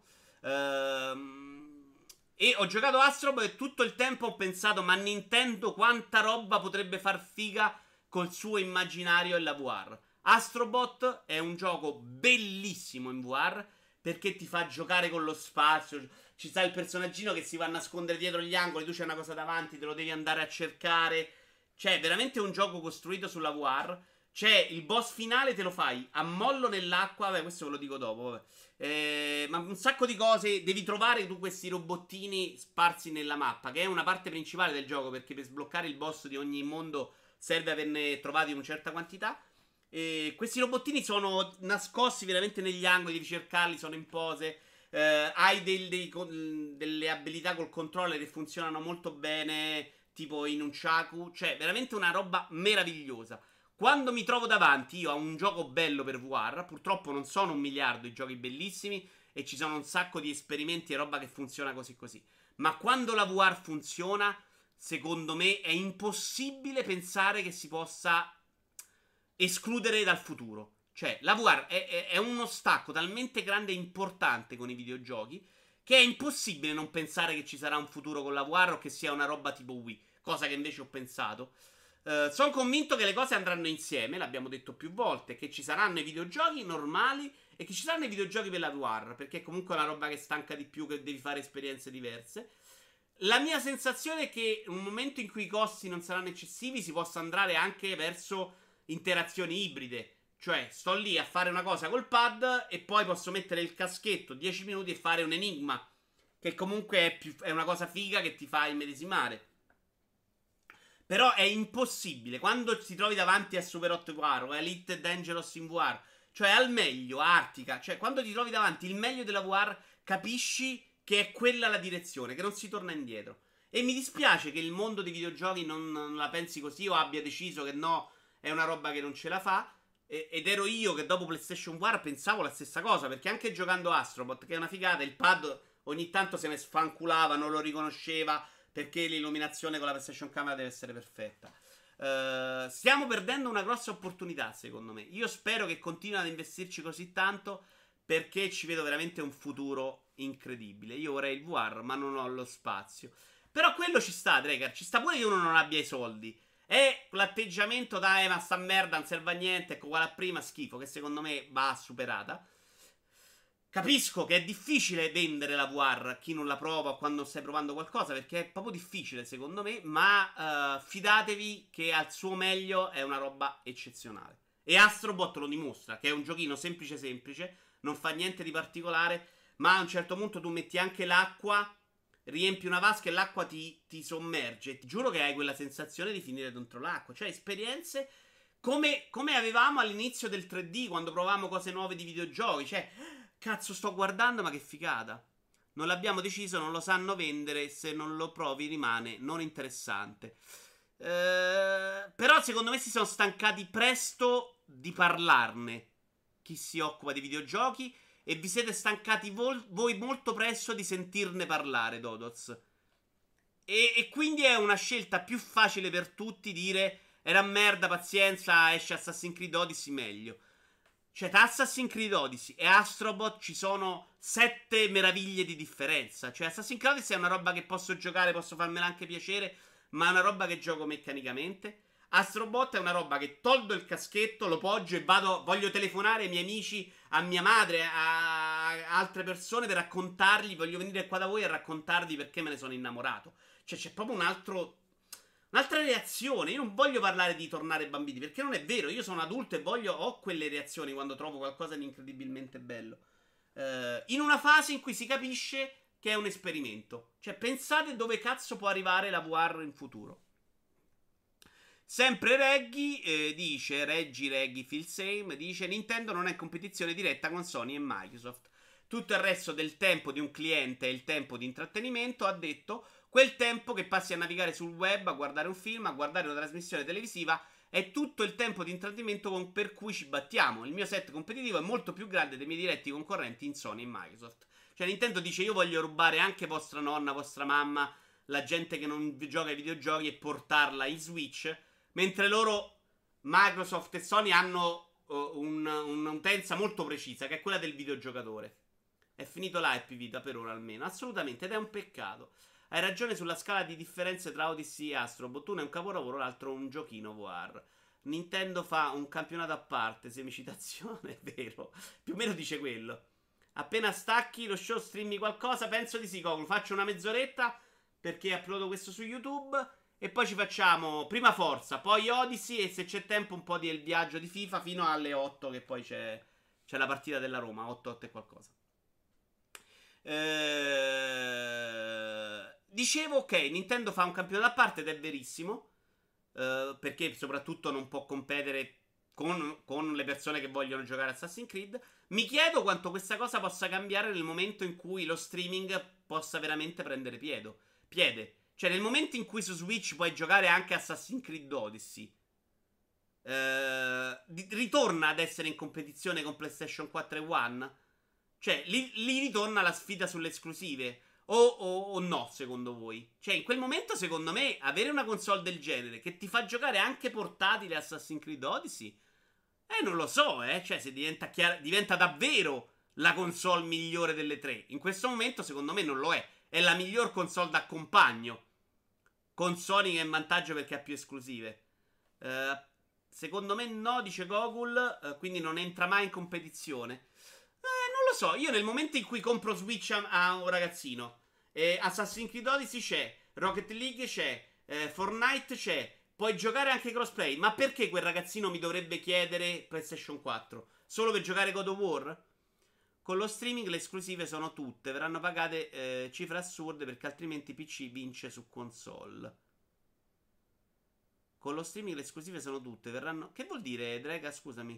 E ho giocato Astrobot e tutto il tempo ho pensato, ma Nintendo quanta roba potrebbe far figa col suo immaginario e la VR. Astrobot è un gioco bellissimo in VR perché ti fa giocare con lo spazio. Ci sta il personaggino che si va a nascondere dietro gli angoli, tu c'è una cosa davanti, te lo devi andare a cercare. Cioè, veramente un gioco costruito sulla VR. C'è il boss finale, te lo fai a mollo nell'acqua. Vabbè, questo ve lo dico dopo. Vabbè. Ma un sacco di cose. Devi trovare tu questi robottini sparsi nella mappa, che è una parte principale del gioco, perché per sbloccare il boss di ogni mondo serve averne trovati una certa quantità. E questi robottini sono nascosti veramente negli angoli, devi cercarli, sono in pose. Hai delle abilità col controller che funzionano molto bene, tipo in un Chaku. Cioè, veramente una roba meravigliosa. Quando mi trovo davanti io a un gioco bello per VR, purtroppo non sono 1 miliardo i giochi bellissimi e ci sono un sacco di esperimenti e roba che funziona così così. Ma quando la VR funziona, secondo me è impossibile pensare che si possa escludere dal futuro. Cioè, la VR è uno stacco talmente grande e importante con i videogiochi che è impossibile non pensare che ci sarà un futuro con la VR o che sia una roba tipo Wii, cosa che invece ho pensato. Sono convinto che le cose andranno insieme, l'abbiamo detto più volte, che ci saranno i videogiochi normali e che ci saranno i videogiochi per la VR, perché è comunque una roba che stanca di più, che devi fare esperienze diverse. La mia sensazione è che in un momento in cui i costi non saranno eccessivi si possa andare anche verso interazioni ibride. Cioè, sto lì a fare una cosa col pad e poi posso mettere il caschetto 10 minuti e fare un enigma, che comunque è una cosa figa che ti fa immedesimare. Però è impossibile quando ti trovi davanti a Super 8 VR o a Elite Dangerous in VR, cioè al meglio, a Artica, cioè quando ti trovi davanti il meglio della VR, capisci che è quella la direzione, che non si torna indietro. E mi dispiace che il mondo dei videogiochi non la pensi così o abbia deciso che no, è una roba che non ce la fa. Ed ero io che dopo PlayStation VR pensavo la stessa cosa, perché anche giocando Astrobot, che è una figata, il pad ogni tanto se ne sfanculava, non lo riconosceva, perché l'illuminazione con la PlayStation Camera deve essere perfetta. Stiamo perdendo una grossa opportunità, secondo me. Io spero che continuino ad investirci così tanto, perché ci vedo veramente un futuro incredibile. Io vorrei il VR, ma non ho lo spazio. Però quello ci sta, Draker. Ci sta pure che uno non abbia i soldi. È l'atteggiamento da ma sta merda, non serve a niente, ecco uguale a prima, schifo, che secondo me va superata. Capisco che è difficile vendere la VR a chi non la prova o quando stai provando qualcosa, perché è proprio difficile secondo me, ma fidatevi che al suo meglio è una roba eccezionale. E Astrobot lo dimostra, che è un giochino semplice semplice, non fa niente di particolare, ma a un certo punto tu metti anche l'acqua, riempi una vasca e l'acqua ti sommerge. Ti giuro che hai quella sensazione di finire dentro l'acqua. Cioè esperienze come avevamo all'inizio del 3D, quando provavamo cose nuove di videogiochi. Cioè, cazzo, sto guardando, ma che figata. Non l'abbiamo deciso, non lo sanno vendere. Se non lo provi rimane non interessante. Però secondo me si sono stancati presto di parlarne chi si occupa di videogiochi. E vi siete stancati voi molto presto di sentirne parlare, Dodoz. E quindi è una scelta più facile per tutti dire era merda, pazienza, esce Assassin's Creed Odyssey meglio. Cioè, tra Assassin's Creed Odyssey e Astrobot ci sono 7 meraviglie di differenza. Cioè, Assassin's Creed Odyssey è una roba che posso giocare, posso farmela anche piacere, ma è una roba che gioco meccanicamente. Astrobot è una roba che tolgo il caschetto, lo poggio e voglio telefonare ai miei amici, a mia madre, a altre persone per raccontargli, voglio venire qua da voi e raccontarvi perché me ne sono innamorato. Cioè c'è proprio Un'altra reazione, io non voglio parlare di tornare bambini, perché non è vero, io sono adulto e ho quelle reazioni quando trovo qualcosa di incredibilmente bello. In una fase in cui si capisce che è un esperimento. Cioè, pensate dove cazzo può arrivare la VR in futuro. Sempre Reggie Feel Same, dice Nintendo non è in competizione diretta con Sony e Microsoft. Tutto il resto del tempo di un cliente è il tempo di intrattenimento, ha detto, quel tempo che passi a navigare sul web, a guardare un film, a guardare una trasmissione televisiva, è tutto il tempo di intrattenimento per cui ci battiamo. Il mio set competitivo è molto più grande dei miei diretti concorrenti in Sony e Microsoft. Cioè Nintendo dice io voglio rubare anche vostra nonna, vostra mamma, la gente che non gioca ai videogiochi e portarla in Switch, mentre loro, Microsoft e Sony, hanno un'utenza molto precisa, che è quella del videogiocatore. È finito l'hype vita per ora almeno, assolutamente, ed è un peccato. Hai ragione sulla scala di differenze tra Odyssey e Astrobot. Uno è un capolavoro, l'altro un giochino VR. Nintendo fa un campionato a parte, semicitazione, è vero. Più o meno dice quello. Appena stacchi lo show, streami qualcosa, penso di sì, Coglu. Faccio una mezz'oretta perché uploado questo su YouTube e poi ci facciamo prima Forza, poi Odyssey e se c'è tempo un po' del viaggio di FIFA fino alle 8 che poi c'è la partita della Roma, 8 e qualcosa. Dicevo, ok, Nintendo fa un campionato a parte ed è verissimo, perché soprattutto non può competere con le persone che vogliono giocare Assassin's Creed. Mi chiedo quanto questa cosa possa cambiare nel momento in cui lo streaming possa veramente prendere piede. Cioè nel momento in cui su Switch puoi giocare anche Assassin's Creed Odyssey, ritorna ad essere in competizione con PlayStation 4 e One? Cioè, lì ritorna la sfida sulle esclusive. O no, secondo voi? Cioè, in quel momento, secondo me, avere una console del genere che ti fa giocare anche portatile Assassin's Creed Odyssey, non lo so, Cioè, se diventa davvero la console migliore delle tre. In questo momento, secondo me, non lo è. È la miglior console da compagno. Con Sony che è in vantaggio perché ha più esclusive. Secondo me no, dice Gogul, quindi non entra mai in competizione. Non lo so, io nel momento in cui compro Switch a un ragazzino, Assassin's Creed Odyssey c'è, Rocket League c'è, Fortnite c'è, puoi giocare anche crossplay, ma perché quel ragazzino mi dovrebbe chiedere PlayStation 4? Solo per giocare God of War? Con lo streaming le esclusive sono tutte, verranno pagate cifre assurde perché altrimenti PC vince su console. Con lo streaming le esclusive sono tutte, verranno... Che vuol dire, Drega, scusami?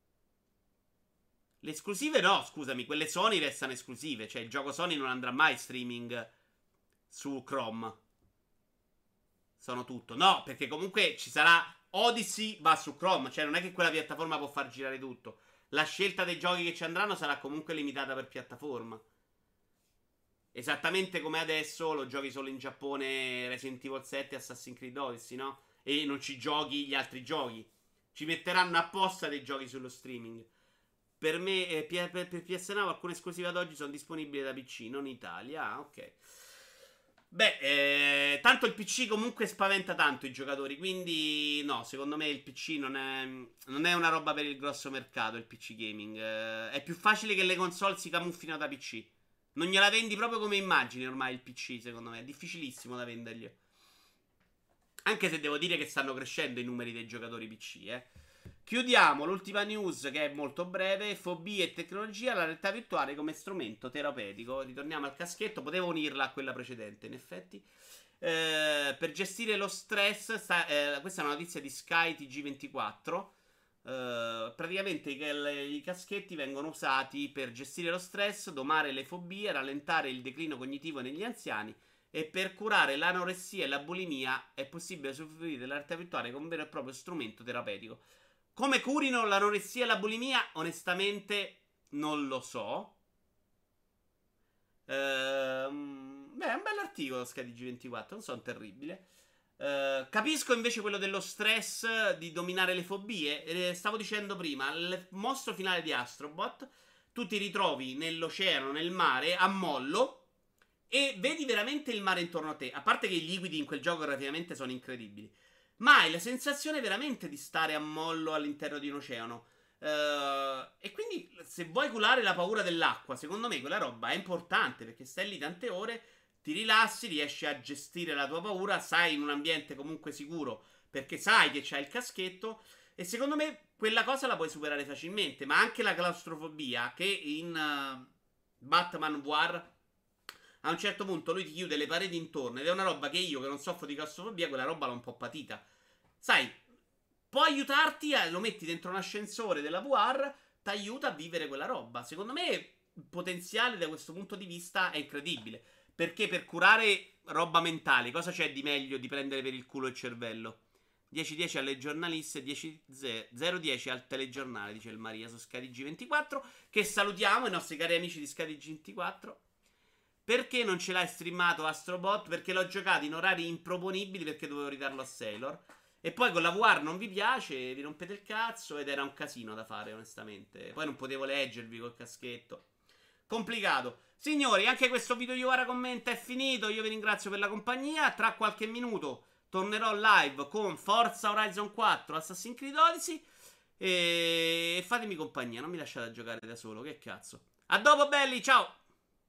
Le esclusive no, scusami, quelle Sony restano esclusive. Cioè il gioco Sony non andrà mai streaming su Chrome. Sono tutto. No, perché comunque ci sarà Odyssey va su Chrome. Cioè non è che quella piattaforma può far girare tutto. La scelta dei giochi che ci andranno sarà comunque limitata per piattaforma. Esattamente come adesso lo giochi solo in Giappone Resident Evil 7 e Assassin's Creed Odyssey, no? E non ci giochi gli altri giochi. Ci metteranno apposta dei giochi sullo streaming. Per me, per PS Now, alcune esclusive ad oggi sono disponibili da PC, non in Italia. Ah, ok. Beh, tanto il PC comunque spaventa tanto i giocatori. Quindi, no, secondo me il PC non è una roba per il grosso mercato. Il PC gaming è più facile che le console si camuffino da PC. Non gliela vendi proprio come immagini ormai il PC, secondo me. È difficilissimo da vendergli. Anche se devo dire che stanno crescendo i numeri dei giocatori PC, Chiudiamo l'ultima news che è molto breve. Fobie e tecnologia, la realtà virtuale come strumento terapeutico. Ritorniamo al caschetto, potevo unirla a quella precedente in effetti. Per gestire lo stress, questa è una notizia di Sky TG24. Praticamente i caschetti vengono usati per gestire lo stress, domare le fobie, rallentare il declino cognitivo negli anziani. E per curare l'anoressia e la bulimia è possibile usufruire della realtà virtuale come un vero e proprio strumento terapeutico. Come curino l'anoressia e la bulimia? Onestamente non lo so. Beh, è un bell'articolo SkyDG24, non sono terribile. Capisco invece quello dello stress, di dominare le fobie. Stavo dicendo prima, il mostro finale di Astrobot, tu ti ritrovi nell'oceano, nel mare, a mollo, e vedi veramente il mare intorno a te. A parte che i liquidi in quel gioco relativamente sono incredibili. Ma hai la sensazione veramente di stare a mollo all'interno di un oceano. E quindi se vuoi curare la paura dell'acqua, secondo me quella roba è importante perché stai lì tante ore, ti rilassi, riesci a gestire la tua paura, sai in un ambiente comunque sicuro perché sai che c'hai il caschetto e secondo me quella cosa la puoi superare facilmente, ma anche la claustrofobia che in Batman War a un certo punto lui ti chiude le pareti intorno ed è una roba che io che non soffro di claustrofobia quella roba l'ho un po' patita. Sai, può aiutarti, lo metti dentro un ascensore della VR, ti aiuta a vivere quella roba. Secondo me il potenziale da questo punto di vista è incredibile. Perché per curare roba mentale, cosa c'è di meglio di prendere per il culo il cervello? 10-10 alle giornaliste, 0-10 al telegiornale, dice il Maria su SkyDG24. Che salutiamo i nostri cari amici di SkyDG24. Perché non ce l'hai streamato Astrobot? Perché l'ho giocato in orari improponibili perché dovevo ridarlo a Sailor. E poi con la VR non vi piace, vi rompete il cazzo ed era un casino da fare, onestamente. Poi non potevo leggervi col caschetto. Complicato. Signori, anche questo video di ora commenta è finito. Io vi ringrazio per la compagnia. Tra qualche minuto tornerò live con Forza Horizon 4, Assassin's Creed Odyssey. E fatemi compagnia, non mi lasciate giocare da solo. Che cazzo. A dopo, belli, ciao!